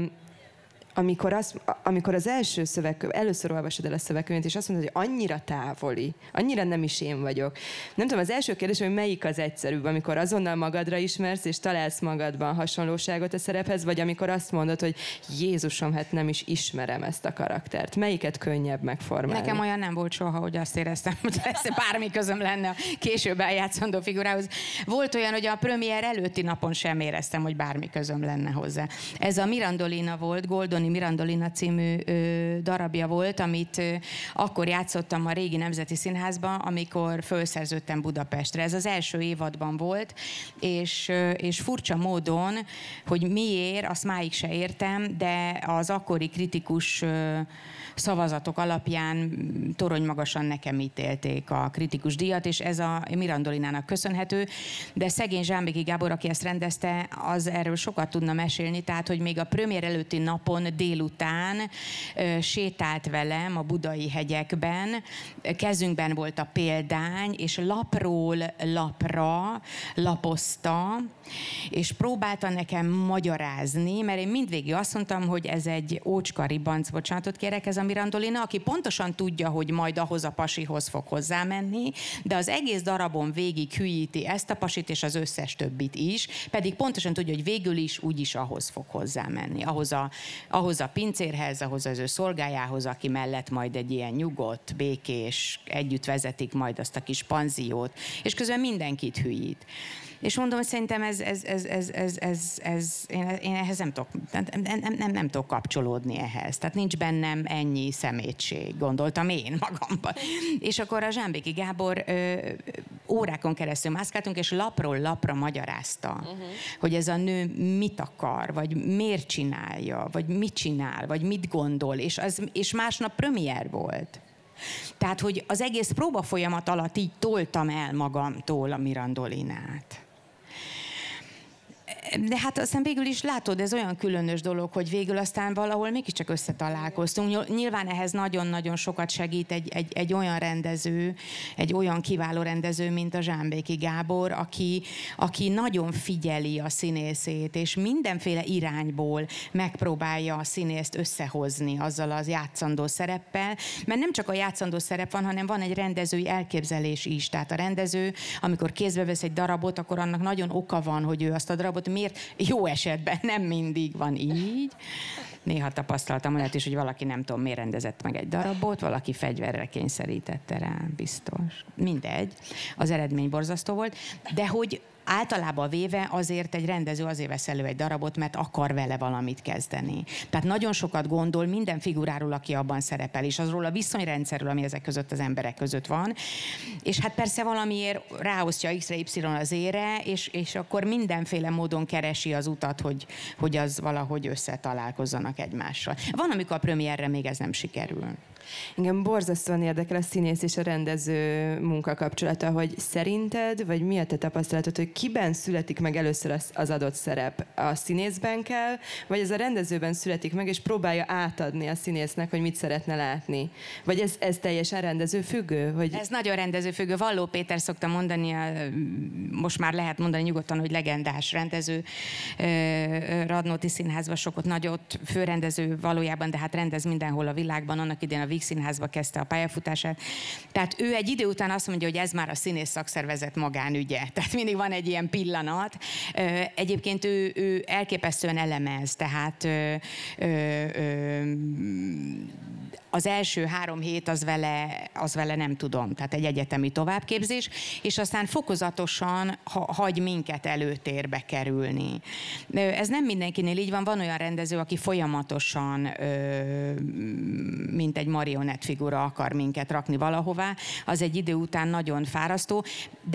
amikor az először olvasod el a szövegkönyvet, és azt mondod, hogy annyira távoli, annyira nem is én vagyok. Nem tudom, az első kérdés, hogy melyik az egyszerűbb, amikor azonnal magadra ismersz, és találsz magadban hasonlóságot a szerephez, vagy amikor azt mondod, hogy Jézusom, hát nem is ismerem ezt a karaktert. Melyiket könnyebb megformálni? Nekem olyan nem volt soha, hogy azt éreztem, hogy bármi közöm lenne a később eljátszandó figurához. Volt olyan, hogy a premier előtti napon sem éreztem, hogy bármi közöm lenne hozzá. Ez a Mirandolina volt, Goldoni Mirandolina című darabja volt, amit akkor játszottam a régi Nemzeti Színházban, amikor fölszerződtem Budapestre. Ez az első évadban volt, és furcsa módon, hogy miért, azt máig se értem, de az akkori kritikus szavazatok alapján toronymagasan nekem ítélték a kritikus díjat, és ez a Mirandolinának köszönhető, de szegény Zsámbéki Gábor, aki ezt rendezte, az erről sokat tudna mesélni, tehát, hogy még a premier előtti napon délután sétált velem a budai hegyekben, kezünkben volt a példány, és lapról lapra lapozta, és próbálta nekem magyarázni, mert én mindvégig azt mondtam, hogy ez egy ócska ribanc, bocsánatot kérek, ez a Mirandolina, aki pontosan tudja, hogy majd ahhoz a pasihoz fog hozzámenni, de az egész darabon végig hülyíti ezt a pasit és az összes többit is, pedig pontosan tudja, hogy végül is úgyis ahhoz fog hozzámenni. Ahhoz a pincérhez, ahhoz az ő szolgájához, aki mellett majd egy ilyen nyugodt, békés, együtt vezetik majd azt a kis panziót, és közben mindenkit hülyít. És mondom, hogy szerintem én ehhez nem tudok kapcsolódni ehhez. Tehát nincs bennem ennyi szemétség, gondoltam én magamban. És akkor a Zsámbéki Gábor órákon keresztül mászkáltunk, és lapról lapra magyarázta, hogy ez a nő mit akar, vagy miért csinálja, vagy mit csinál, vagy mit gondol, és másnap premier volt. Tehát, hogy az egész próbafolyamat alatt így toltam el magamtól a Mirandolinát. De hát aztán végül is látod, ez olyan különös dolog, hogy végül aztán valahol mégiscsak összetalálkoztunk. Nyilván ehhez nagyon-nagyon sokat segít egy olyan rendező, egy olyan kiváló rendező, mint a Zsámbéki Gábor, aki nagyon figyeli a színészét, és mindenféle irányból megpróbálja a színészt összehozni azzal az játszandó szereppel, mert nem csak a játszandó szerep van, hanem van egy rendezői elképzelés is. Tehát a rendező, amikor kézbe vesz egy darabot, akkor annak nagyon oka van, hogy ő azt a darabot miért jó esetben nem mindig van így. Néha tapasztaltam olyat is, hogy valaki nem tudom miért rendezett meg egy darabot, valaki fegyverre kényszerítette rá, biztos. Mindegy, az eredmény borzasztó volt, de hogy általában véve azért egy rendező azért vesz elő egy darabot, mert akar vele valamit kezdeni. Tehát nagyon sokat gondol minden figuráról, aki abban szerepel, és azról a viszonyrendszerről, ami ezek között az emberek között van. És hát persze valamiért ráosztja X-re, Y az ére, és akkor mindenféle módon keresi az utat, hogy az valahogy összetalálkozzanak egymással. Van, amikor a premierre még ez nem sikerül. Engem borzasztóan érdekel a színész és a rendező munkakapcsolata, hogy szerinted, vagy mi a te tapasztalatod, hogy kiben születik meg először az adott szerep? A színészben kell, vagy ez a rendezőben születik meg, és próbálja átadni a színésznek, hogy mit szeretne látni? Vagy ez teljesen rendezőfüggő? Hogy... Ez nagyon rendezőfüggő. Valló Péter szokta mondani, most már lehet mondani nyugodtan, hogy legendás rendező. Radnóti Színházban sokat nagyot, főrendező valójában, de hát rendez mindenhol a világban, annak idén a Víg Színházba kezdte a pályafutását. Tehát ő egy idő után azt mondja, hogy ez már a színész szakszervezet magánügye. Tehát mindig van egy ilyen pillanat. Egyébként ő elképesztően elemez, tehát az első 3 hét az vele nem tudom, tehát egy egyetemi továbbképzés, és aztán fokozatosan hagy minket előtérbe kerülni. Ez nem mindenkinél így van olyan rendező, aki folyamatosan, mint egy marionett figura akar minket rakni valahová, az egy idő után nagyon fárasztó,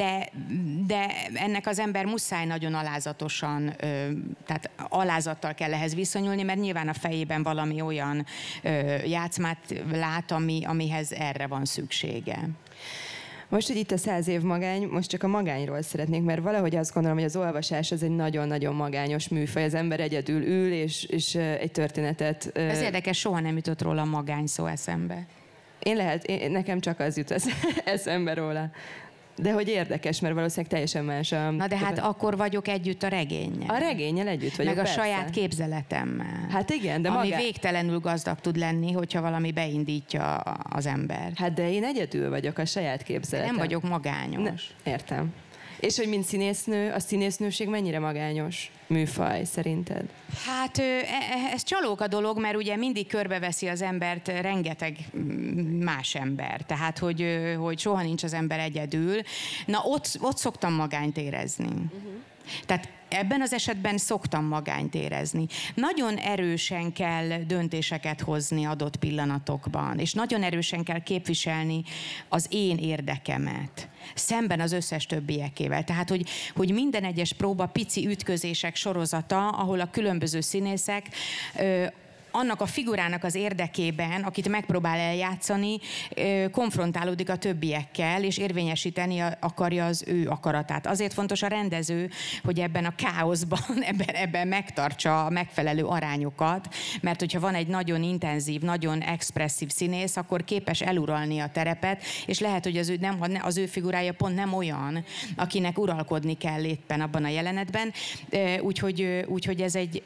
de ennek az ember muszáj nagyon alázatosan, tehát alázattal kell ehhez viszonyulni, mert nyilván a fejében valami olyan játszmát lát, amihez erre van szüksége. Most, hogy itt a 100 év magány, most csak a magányról szeretnék, mert valahogy azt gondolom, hogy az olvasás az egy nagyon-nagyon magányos műfaj. Az ember egyedül ül, és egy történetet... Ez érdekes, soha nem jutott róla magány szó eszembe. Nekem csak az jut eszembe róla. De hogy érdekes, mert valószínűleg teljesen más a... Na de hát akkor vagyok együtt a regénnyel. A regénnyel együtt vagyok, meg a persze. saját képzeletemmel. Hát igen, de ami végtelenül gazdag tud lenni, hogyha valami beindítja az ember. Hát de én egyedül vagyok a saját képzeletem. Nem vagyok magányos. Értem. És hogy mint színésznő, a színésznőség mennyire magányos műfaj szerinted? Hát ez csalóka dolog, mert ugye mindig körbeveszi az embert rengeteg más ember. Tehát, hogy soha nincs az ember egyedül. Na ott szoktam magányt érezni. Tehát ebben az esetben szoktam magányt érezni. Nagyon erősen kell döntéseket hozni adott pillanatokban, és nagyon erősen kell képviselni az én érdekemet szemben az összes többiekével. Tehát, hogy minden egyes próba pici ütközések sorozata, ahol a különböző színészek annak a figurának az érdekében, akit megpróbál eljátszani, konfrontálódik a többiekkel, és érvényesíteni akarja az ő akaratát. Azért fontos a rendező, hogy ebben a káoszban, ebben megtartsa a megfelelő arányokat, mert hogyha van egy nagyon intenzív, nagyon expresszív színész, akkor képes eluralni a terepet, és lehet, hogy az ő figurája pont nem olyan, akinek uralkodni kell éppen abban a jelenetben. Úgyhogy ez egy...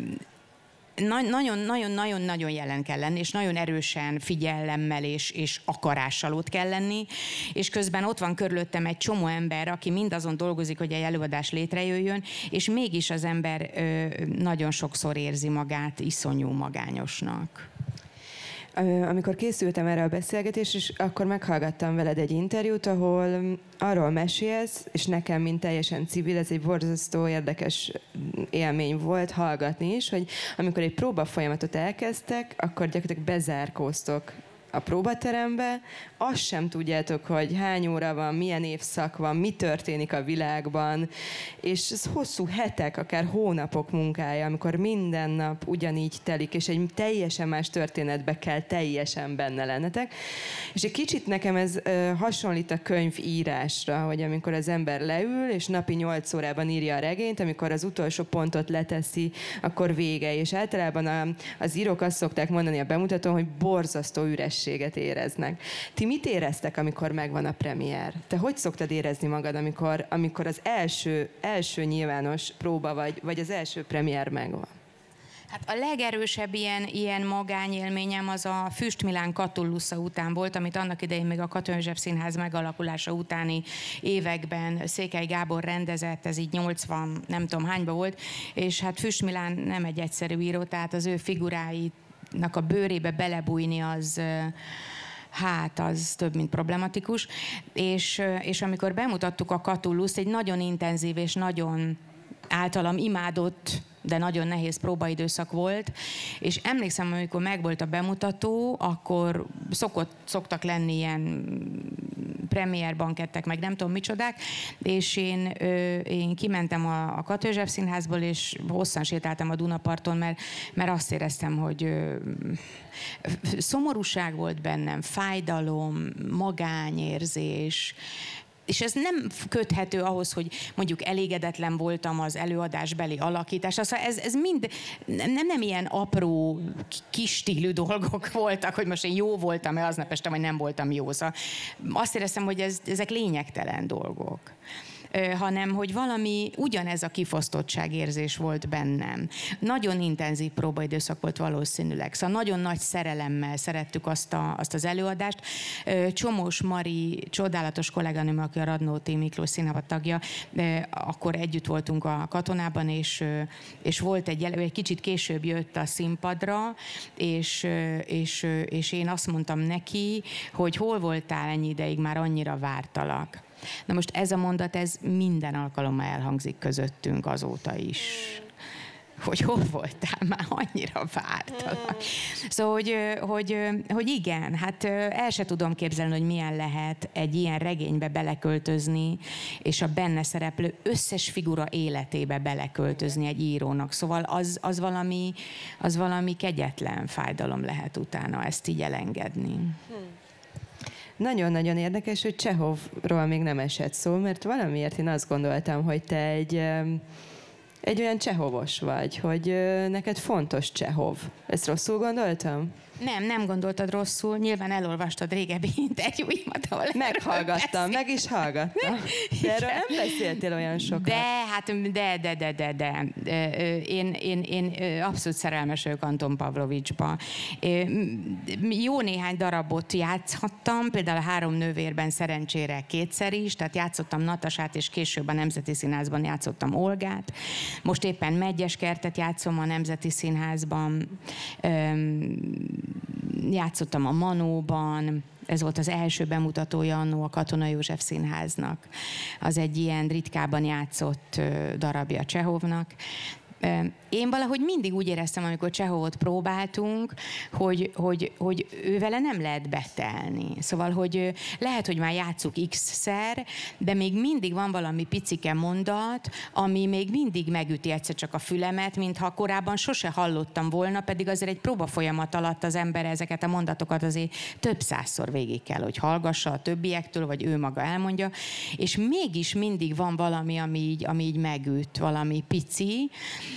Nagyon-nagyon jelen kell lenni, és nagyon erősen figyelemmel és akarással ott kell lenni, és közben ott van körülöttem egy csomó ember, aki mindazon dolgozik, hogy egy előadás létrejöjjön, és mégis az ember nagyon sokszor érzi magát iszonyú magányosnak. Amikor készültem erre a beszélgetésre, és akkor meghallgattam veled egy interjút, ahol arról mesélsz, és nekem, mint teljesen civil, ez egy borzasztó érdekes élmény volt hallgatni is, hogy amikor egy próbafolyamatot elkezdtek, akkor gyakorlatilag bezárkóztok a próbaterembe, azt sem tudjátok, hogy hány óra van, milyen évszak van, mi történik a világban, és ez hosszú hetek, akár hónapok munkája, amikor minden nap ugyanígy telik, és egy teljesen más történetbe kell teljesen benne lennetek. És egy kicsit nekem ez hasonlít a könyvírásra, hogy amikor az ember leül, és napi 8 órában írja a regényt, amikor az utolsó pontot leteszi, akkor vége. És általában az írók azt szokták mondani a bemutatón, hogy borzasztó ürességet éreznek. Ti mit éreztek, amikor megvan a premier? Te hogy szoktad érezni magad, amikor az első nyilvános próba vagy az első premier megvan? Hát a legerősebb ilyen magányélményem az a Füst Milán Catullusza után volt, amit annak idején még a Katona József Színház megalakulása utáni években Székely Gábor rendezett, ez így 80 nem tudom hányba volt, és hát Füst Milán nem egy egyszerű író, tehát az ő figuráinak a bőrébe belebújni az több, mint problematikus. És amikor bemutattuk a Catulluszt, egy nagyon intenzív és nagyon általam imádott, de nagyon nehéz próbaidőszak volt, és emlékszem, amikor megvolt a bemutató, akkor szoktak lenni ilyen premier bankettek, meg nem tudom micsodák, és én kimentem a Katona József Színházból, és hosszan sétáltam a Dunaparton, mert azt éreztem, hogy szomorúság volt bennem, fájdalom, magányérzés, és ez nem köthető ahhoz, hogy mondjuk elégedetlen voltam az előadásbeli alakításra. Szóval ez mind nem ilyen apró, kis stílű dolgok voltak, hogy most én jó voltam-e aznap este, vagy nem voltam jó. Szóval azt éreztem, hogy ezek lényegtelen dolgok. Hanem hogy valami ugyanez a kifosztottságérzés volt bennem. Nagyon intenzív próbaidőszak volt valószínűleg. Szóval nagyon nagy szerelemmel szerettük azt az előadást. Csomós Mari, csodálatos kolléganőm, aki a Radnóti Miklós Színház tagja, akkor együtt voltunk a Katonában, és volt egy kicsit később jött a színpadra, és én azt mondtam neki, hogy hol voltál ennyi ideig, már annyira vártalak. Na most ez a mondat, ez minden alkalommal elhangzik közöttünk azóta is. Hogy hol voltál, már annyira vártalak. Szóval, hogy igen, hát el se tudom képzelni, hogy milyen lehet egy ilyen regénybe beleköltözni, és a benne szereplő összes figura életébe beleköltözni egy írónak. Szóval az valami kegyetlen fájdalom lehet utána ezt így elengedni. Nagyon-nagyon érdekes, hogy Csehovról még nem esett szó, mert valamiért én azt gondoltam, hogy te egy olyan Csehovos vagy, hogy neked fontos Csehov. Ezt rosszul gondoltam? Nem gondoltad rosszul. Nyilván elolvastad régebbi interjúimat, ahol meghallgattam, meg is hallgattam. De erről nem beszéltél olyan sokat. De. Én abszolút szerelmes vagyok Anton Pavlovicsba. Jó néhány darabot játszhattam, például a Három nővérben szerencsére kétszer is, tehát játszottam Natasát, és később a Nemzeti Színházban játszottam Olgát. Most éppen Medgyeskertet játszom a Nemzeti Színházban. Játszottam a Manóban, ez volt az első bemutatója annó a Katona József Színháznak. Az egy ilyen ritkában játszott darabja Csehovnak. Én valahogy mindig úgy éreztem, amikor Csehovot próbáltunk, hogy ővele nem lehet betelni. Szóval, hogy lehet, hogy már játsszuk x-szer, de még mindig van valami picike mondat, ami még mindig megüti egyszer csak a fülemet, mintha korábban sose hallottam volna, pedig azért egy próbafolyamat alatt az ember ezeket a mondatokat azért több százszor végig kell, hogy hallgassa a többiektől, vagy ő maga elmondja, és mégis mindig van valami, ami így megüt, valami pici,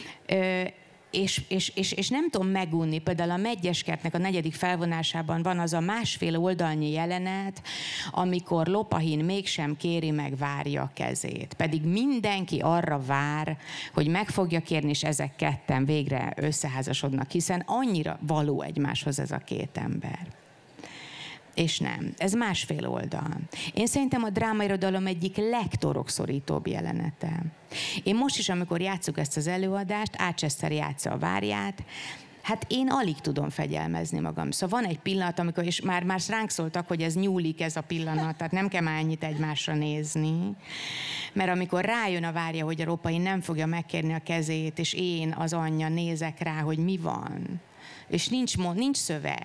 és nem tudom megunni. Például a Medgyeskertnek a 4. felvonásában van az a 1,5 oldalnyi jelenet, amikor Lopahin mégsem kéri meg, várja a kezét. Pedig mindenki arra vár, hogy meg fogja kérni, és ezek ketten végre összeházasodnak, hiszen annyira való egymáshoz ez a két ember. És nem. Ez 1,5 oldal. Én szerintem a drámairodalom egyik legtorokszorítóbb jelenete. Én most is, amikor játsszuk ezt az előadást, Ács Eszter játsza a Várját, hát én alig tudom fegyelmezni magam. Szóval van egy pillanat, amikor, és már ránk szóltak, hogy ez nyúlik ez a pillanat, tehát nem kell már ennyit egymásra nézni. Mert amikor rájön a Várja, hogy a Lopahin nem fogja megkérni a kezét, és én, az anyja nézek rá, hogy mi van. És nincs szöveg.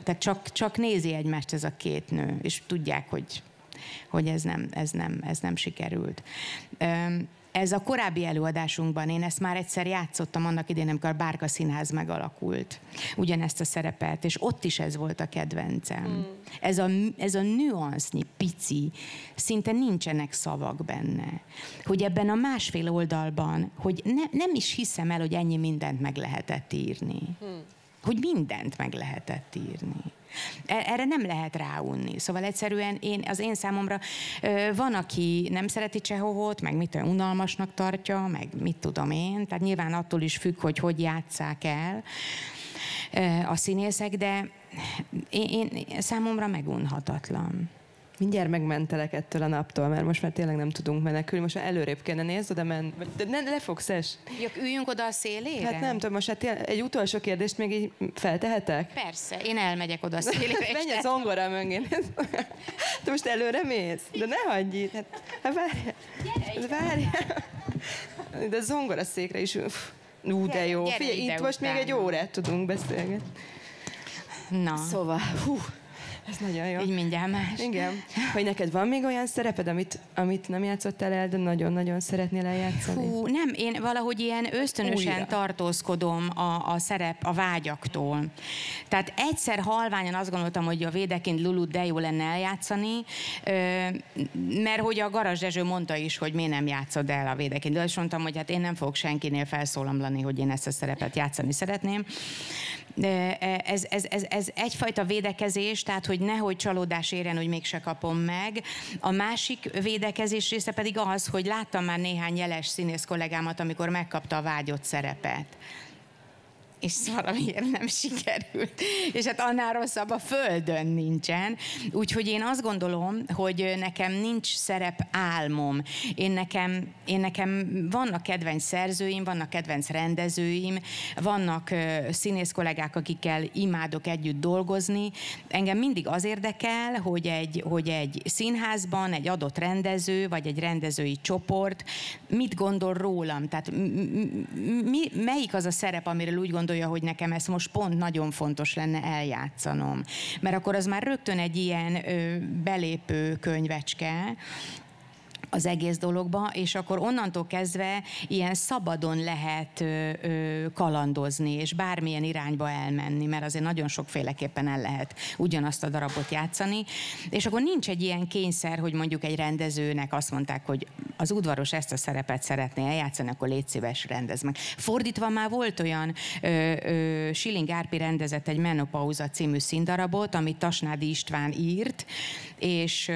Tehát csak nézi egymást ez a két nő, és tudják, hogy ez nem sikerült. Ez a korábbi előadásunkban, én ezt már egyszer játszottam annak idején, amikor a Bárka Színház megalakult. Ugyanezt a szerepet, és ott is ez volt a kedvencem. Ez a nüansznyi, pici, szinte nincsenek szavak benne. Hogy ebben a másfél oldalban, hogy nem is hiszem el, hogy ennyi mindent meg lehetett írni. Hogy mindent meg lehetett írni. Erre nem lehet ráunni. Szóval egyszerűen az én számomra van, aki nem szereti Csehovot, meg unalmasnak tartja, meg mit tudom én. Tehát nyilván attól is függ, hogy játsszák el a színészek, de én számomra megunhatatlan. Mindjárt megmentelek ettől a naptól, mert most már tényleg nem tudunk menekülni. Most már előrébb kéne nézni, oda menni. De le fogsz esni. Üljünk oda a szélére? Hát nem tudom, most hát egy utolsó kérdést még így feltehetek? Persze, én elmegyek oda a szélére. Menj a zongora mögé. Te most előre mész? De ne hagyj itt. Hát várjál. De a zongora székre is. De jó. Figyelj, itt most még egy órát tudunk beszélgetni. Na. Szóval, ez nagyon jó. Így mindjárt más. Igen. Hogy neked van még olyan szereped, amit nem játszottál el, de nagyon-nagyon szeretnél eljátszani? Nem, én valahogy ilyen ösztönösen tartózkodom a szerep, a vágyaktól. Tehát egyszer halványan azt gondoltam, hogy a Védekind Lulut de jó lenne eljátszani, mert hogy a Garas Dezső mondta is, hogy miért nem játszod el a Védekind Lulut, és mondtam, hogy hát én nem fogok senkinél felszólamlani, hogy én ezt a szerepet játszani szeretném. Ez egyfajta védekezés, tehát hogy nehogy csalódás érjen, hogy mégse kapom meg. A másik védekezés része pedig az, hogy láttam már néhány jeles színész kollégámat, amikor megkapta a vágyott szerepet. És valamiért nem sikerült. És hát annál rosszabb a földön nincsen. Úgyhogy én azt gondolom, hogy nekem nincs szerep álmom. Én nekem vannak kedvenc szerzőim, vannak kedvenc rendezőim, vannak színész kollégák, akikkel imádok együtt dolgozni. Engem mindig az érdekel, hogy egy színházban egy adott rendező, vagy egy rendezői csoport mit gondol rólam. Tehát melyik az a szerep, amiről úgy gondolja, hogy nekem ez most pont nagyon fontos lenne eljátszanom. Mert akkor az már rögtön egy ilyen belépő könyvecske az egész dologba, és akkor onnantól kezdve ilyen szabadon lehet kalandozni, és bármilyen irányba elmenni, mert azért nagyon sokféleképpen el lehet ugyanazt a darabot játszani, és akkor nincs egy ilyen kényszer, hogy mondjuk egy rendezőnek azt mondták, hogy az udvaros ezt a szerepet szeretné eljátszani, akkor légy szíves, rendezd meg. Fordítva már volt olyan, Schilling Árpi rendezett egy Menopauza című színdarabot, amit Tasnádi István írt, és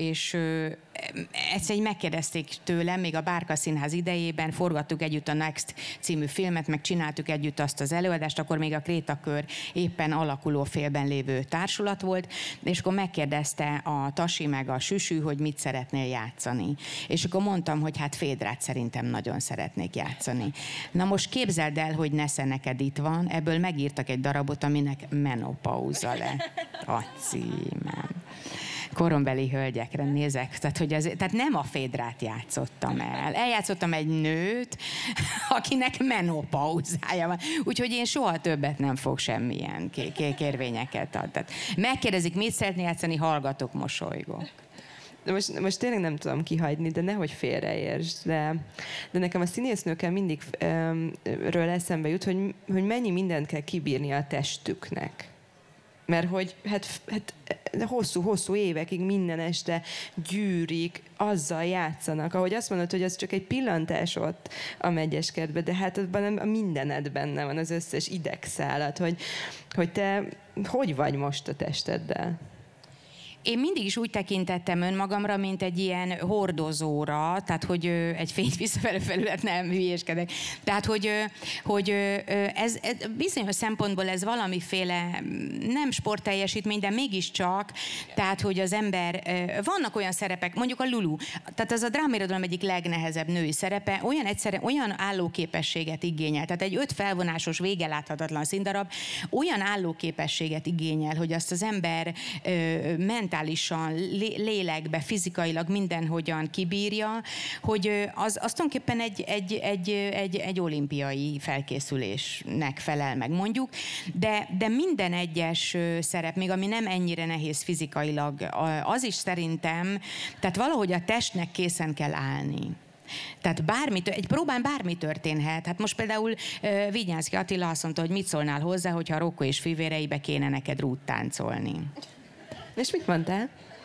egyszer megkérdezték tőlem, még a Bárka Színház idejében, forgattuk együtt a Next című filmet, meg csináltuk együtt azt az előadást, akkor még a Krétakör éppen alakuló félben lévő társulat volt, és akkor megkérdezte a Tasi meg a Süsű, hogy mit szeretnél játszani. És akkor mondtam, hogy hát Fédrát szerintem nagyon szeretnék játszani. Na most képzeld el, hogy Nesze neked itt van, ebből megírtak egy darabot, aminek Menopauza lett a címem. Korombeli hölgyekre nézek, tehát nem a Fédrát játszottam el. Eljátszottam egy nőt, akinek menopauzája van. Úgyhogy én soha többet nem fog semmilyen kérvényeket adni. Tehát megkérdezik, mit szeretné játszani, hallgatok, mosolygok. Most tényleg nem tudom kihagyni, de nehogy félreértsd, de nekem a színésznőkkel mindig ről eszembe jut, hogy mennyi mindent kell kibírni a testüknek. Mert hogy hát hosszú évekig minden este gyűrik, azzal játszanak. Ahogy azt mondod, hogy az csak egy pillantás ott a Megyeskertben, de hát abban a mindened benne van, az összes idegszálat, hogy te hogy vagy most a testeddel? Én mindig is úgy tekintettem önmagamra, mint egy ilyen hordozóra, tehát hogy egy fényt visszafelé felület, nem hülyéskedek. Tehát, hogy ez bizonyos szempontból ez valamiféle nem sportteljesítmény, de mégiscsak, tehát, hogy az ember, vannak olyan szerepek, mondjuk a Lulu, tehát az a drámairodalom egyik legnehezebb női szerepe, olyan állóképességet igényel, tehát egy 5 felvonásos, végeláthatatlan színdarab olyan állóképességet igényel, hogy azt az ember mentálisan, lélekbe, fizikailag mindenhogyan kibírja, hogy az tulajdonképpen egy olimpiai felkészülésnek felel meg, mondjuk, de minden egyes szerep, még ami nem ennyire nehéz fizikailag, az is szerintem, tehát valahogy a testnek készen kell állni. Tehát egy próbán bármi történhet. Hát most például Vinyánszky Attila azt mondta, hogy mit szólnál hozzá, hogyha a Rokko és fivéreibe kéne neked rúttáncolni. És mit mondtál?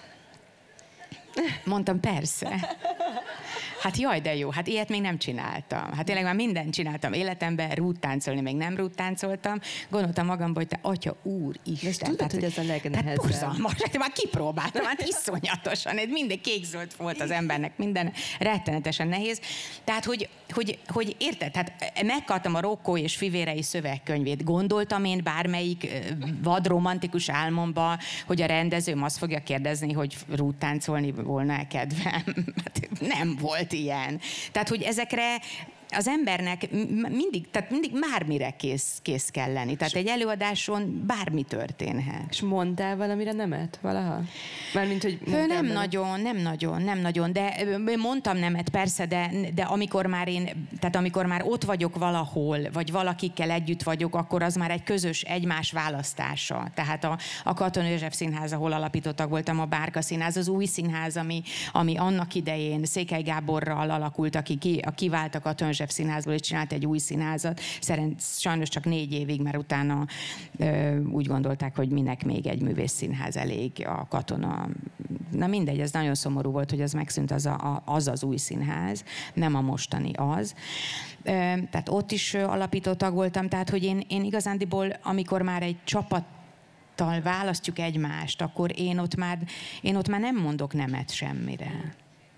Mondtam, persze. Hát jaj, de jó, hát ilyet még nem csináltam. Hát tényleg már mindent csináltam életemben, rúttáncolni még nem rúttáncoltam. Gondoltam magamban, hogy te atya úristen. És tudod, hogy ez a legnehezebb. Borzalmas, már kipróbáltam, hát iszonyatosan. Ez minden kékzöld volt az embernek, minden rettenetesen nehéz. Tehát, hogy érted, hát megkaptam a Rokko és fivérei szövegkönyvét. Gondoltam én bármelyik vadromantikus álmomba, hogy a rendezőm azt fogja kérdezni, hogy rúttáncolni volna kedvem. Hát nem volt ilyen. Tehát, hogy ezekre az embernek mindig bármire kész kell lenni. Tehát egy előadáson bármi történhet. És mondtál valamire nemet valaha? Mármint, hogy nem nagyon, de mondtam nemet persze, de amikor már ott vagyok valahol, vagy valakikkel együtt vagyok, akkor az már egy közös egymás választása. Tehát a Katona József Színház, ahol alapítottak voltam, a Bárka Színház, az új színház, ami annak idején Székely Gáborral alakult, aki kivált a Katona József Színházból, és csinált egy új színházat. Sajnos csak 4 évig, mert utána úgy gondolták, hogy minek még egy művészszínház elég a Katona. Na mindegy, ez nagyon szomorú volt, hogy az megszűnt az új színház, nem a mostani az. Tehát ott is alapító voltam, tehát hogy én igazándiból, amikor már egy csapattal választjuk egymást, akkor én ott már nem mondok nemet semmire.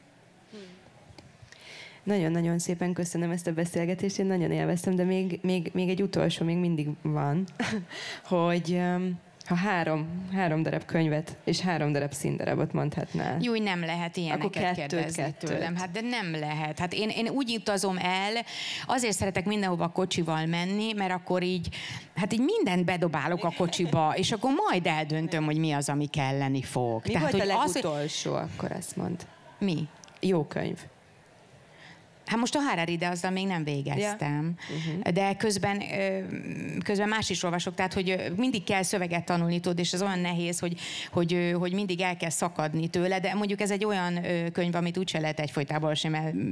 Nagyon-nagyon szépen köszönöm ezt a beszélgetést, én nagyon élveztem, de még egy utolsó még mindig van, hogy ha három darab könyvet és 3 darab színdarabot mondhatnál. Jó, nem lehet ilyeneket kérdezni tőlem. Hát de nem lehet. Hát én úgy utazom el, azért szeretek mindenhova kocsival menni, mert akkor így mindent bedobálok a kocsiba, és akkor majd eldöntöm, hogy mi az, ami kelleni fog. Mi volt a legutolsó, akkor azt mondd. Mi? Jó könyv. Hát most a Harari, de azzal még nem végeztem. Ja. De közben más is olvasok, tehát hogy mindig kell szöveget tanulni, tudod, és ez olyan nehéz, hogy mindig el kell szakadni tőle, de mondjuk ez egy olyan könyv, amit úgyse lehet egyfolytában sem,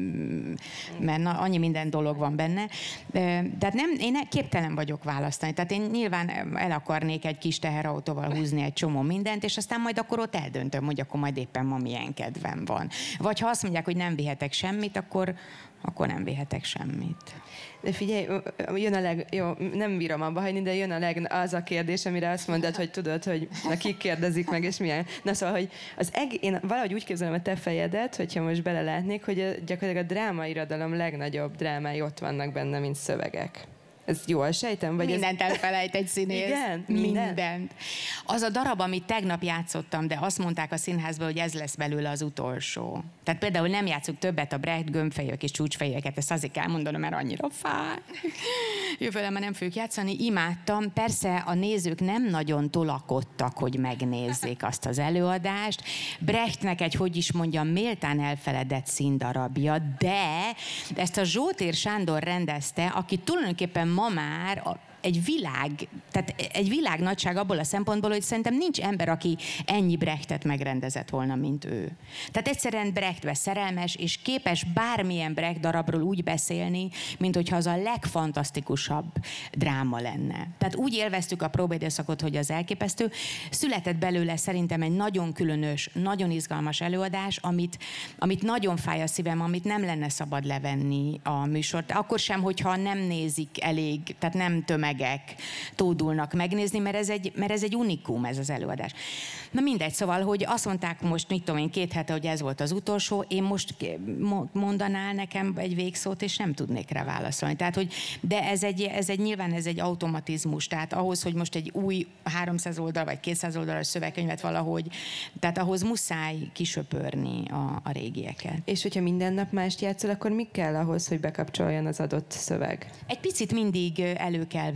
mert annyi minden dolog van benne. Tehát én képtelen vagyok választani. Tehát én nyilván el akarnék egy kis teherautóval húzni egy csomó mindent, és aztán majd akkor ott eldöntöm, hogy akkor majd éppen ma milyen kedvem van. Vagy ha azt mondják, hogy nem vihetek semmit, akkor nem vihetek semmit. De figyelj, jó, nem bírom abba hagyni, de jön az a kérdés, amire azt mondod, hogy tudod, hogy kik kérdezik meg, és milyen. Na szóval, hogy én valahogy úgy képzelem a te fejedet, hogyha most belelátnék, hogy gyakorlatilag a drámairodalom legnagyobb drámái ott vannak benne, mint szövegek. Ez jól sejtem? Vagy mindent elfelejt egy színész. Igen? Mindent. Az a darab, amit tegnap játszottam, de azt mondták a színházban, hogy ez lesz belőle az utolsó. Tehát például nem játszunk többet a Brecht gömbfejűek és csúcsfejűeket, ezt azért kell mondanom, mert annyira fáj. Jövőre már nem fogjuk játszani. Imádtam. Persze a nézők nem nagyon tolakodtak, hogy megnézzék azt az előadást. Brechtnek egy, méltán elfeledett színdarabja, de ezt a Zsótér Sándor rendezte, aki tulajdonképpen ma már egy világ nagyság abból a szempontból, hogy szerintem nincs ember, aki ennyi Brechtet megrendezett volna, mint ő. Tehát egyszerűen Brechtbe szerelmes, és képes bármilyen Brecht darabról úgy beszélni, mint hogyha az a legfantasztikusabb dráma lenne. Tehát úgy élveztük a próbaidőszakot, hogy az elképesztő. Született belőle szerintem egy nagyon különös, nagyon izgalmas előadás, amit nagyon fáj a szívem, amit nem lenne szabad levenni a műsort. Akkor sem, hogyha nem nézik elég, tehát nem tömegek tódulnak megnézni, mert ez egy unikum, ez az előadás. Na mindegy, szóval, hogy azt mondták most, 2 hete, hogy ez volt az utolsó, én most mondanál nekem egy végszót, és nem tudnék rá válaszolni. Tehát, hogy, de nyilván ez egy automatizmus, tehát ahhoz, hogy most egy új 300 oldal vagy 200 oldalas szövegkönyvet valahogy, tehát ahhoz muszáj kisöpörni a régieket. És hogyha minden nap mást játszol, akkor mi kell ahhoz, hogy bekapcsoljon az adott szöveg? Egy picit mindig elő kell venni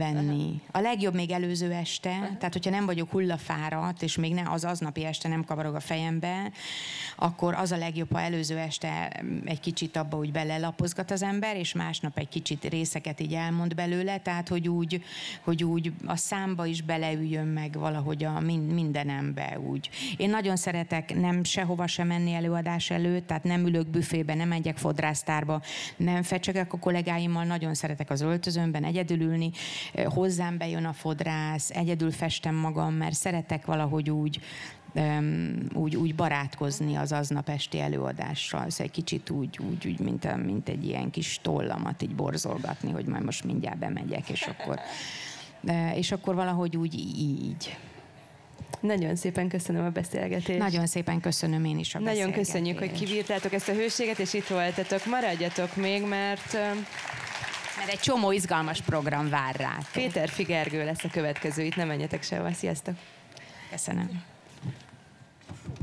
lenni. A legjobb még előző este, tehát hogyha nem vagyok hullafáradt, és még ne az aznapi este nem kavarog a fejembe, akkor az a legjobb, ha előző este egy kicsit abba úgy belelapozgat az ember, és másnap egy kicsit részeket így elmond belőle, tehát hogy úgy a számba is beleüljön meg valahogy a mindenembe úgy. Én nagyon szeretek nem sehova sem menni előadás előtt, tehát nem ülök büfébe, nem megyek fodrásztárba, nem fecsegek a kollégáimmal, nagyon szeretek az öltözőmben egyedül ülni, hozzám bejön a fodrász, egyedül festem magam, mert szeretek valahogy úgy barátkozni az aznap esti előadással. Ez egy kicsit úgy mint egy ilyen kis tollamat így borzolgatni, hogy majd most mindjárt bemegyek, és akkor valahogy úgy így. Nagyon szépen köszönöm a beszélgetést. Nagyon szépen köszönöm én is a beszélgetést. Nagyon köszönjük, hogy kibírtátok ezt a hőséget, és itt voltatok. Maradjatok még, mert egy csomó izgalmas program vár rá. Péter Figergő lesz a következő. Itt nem menjetek sehova. Sziasztok! Köszönöm.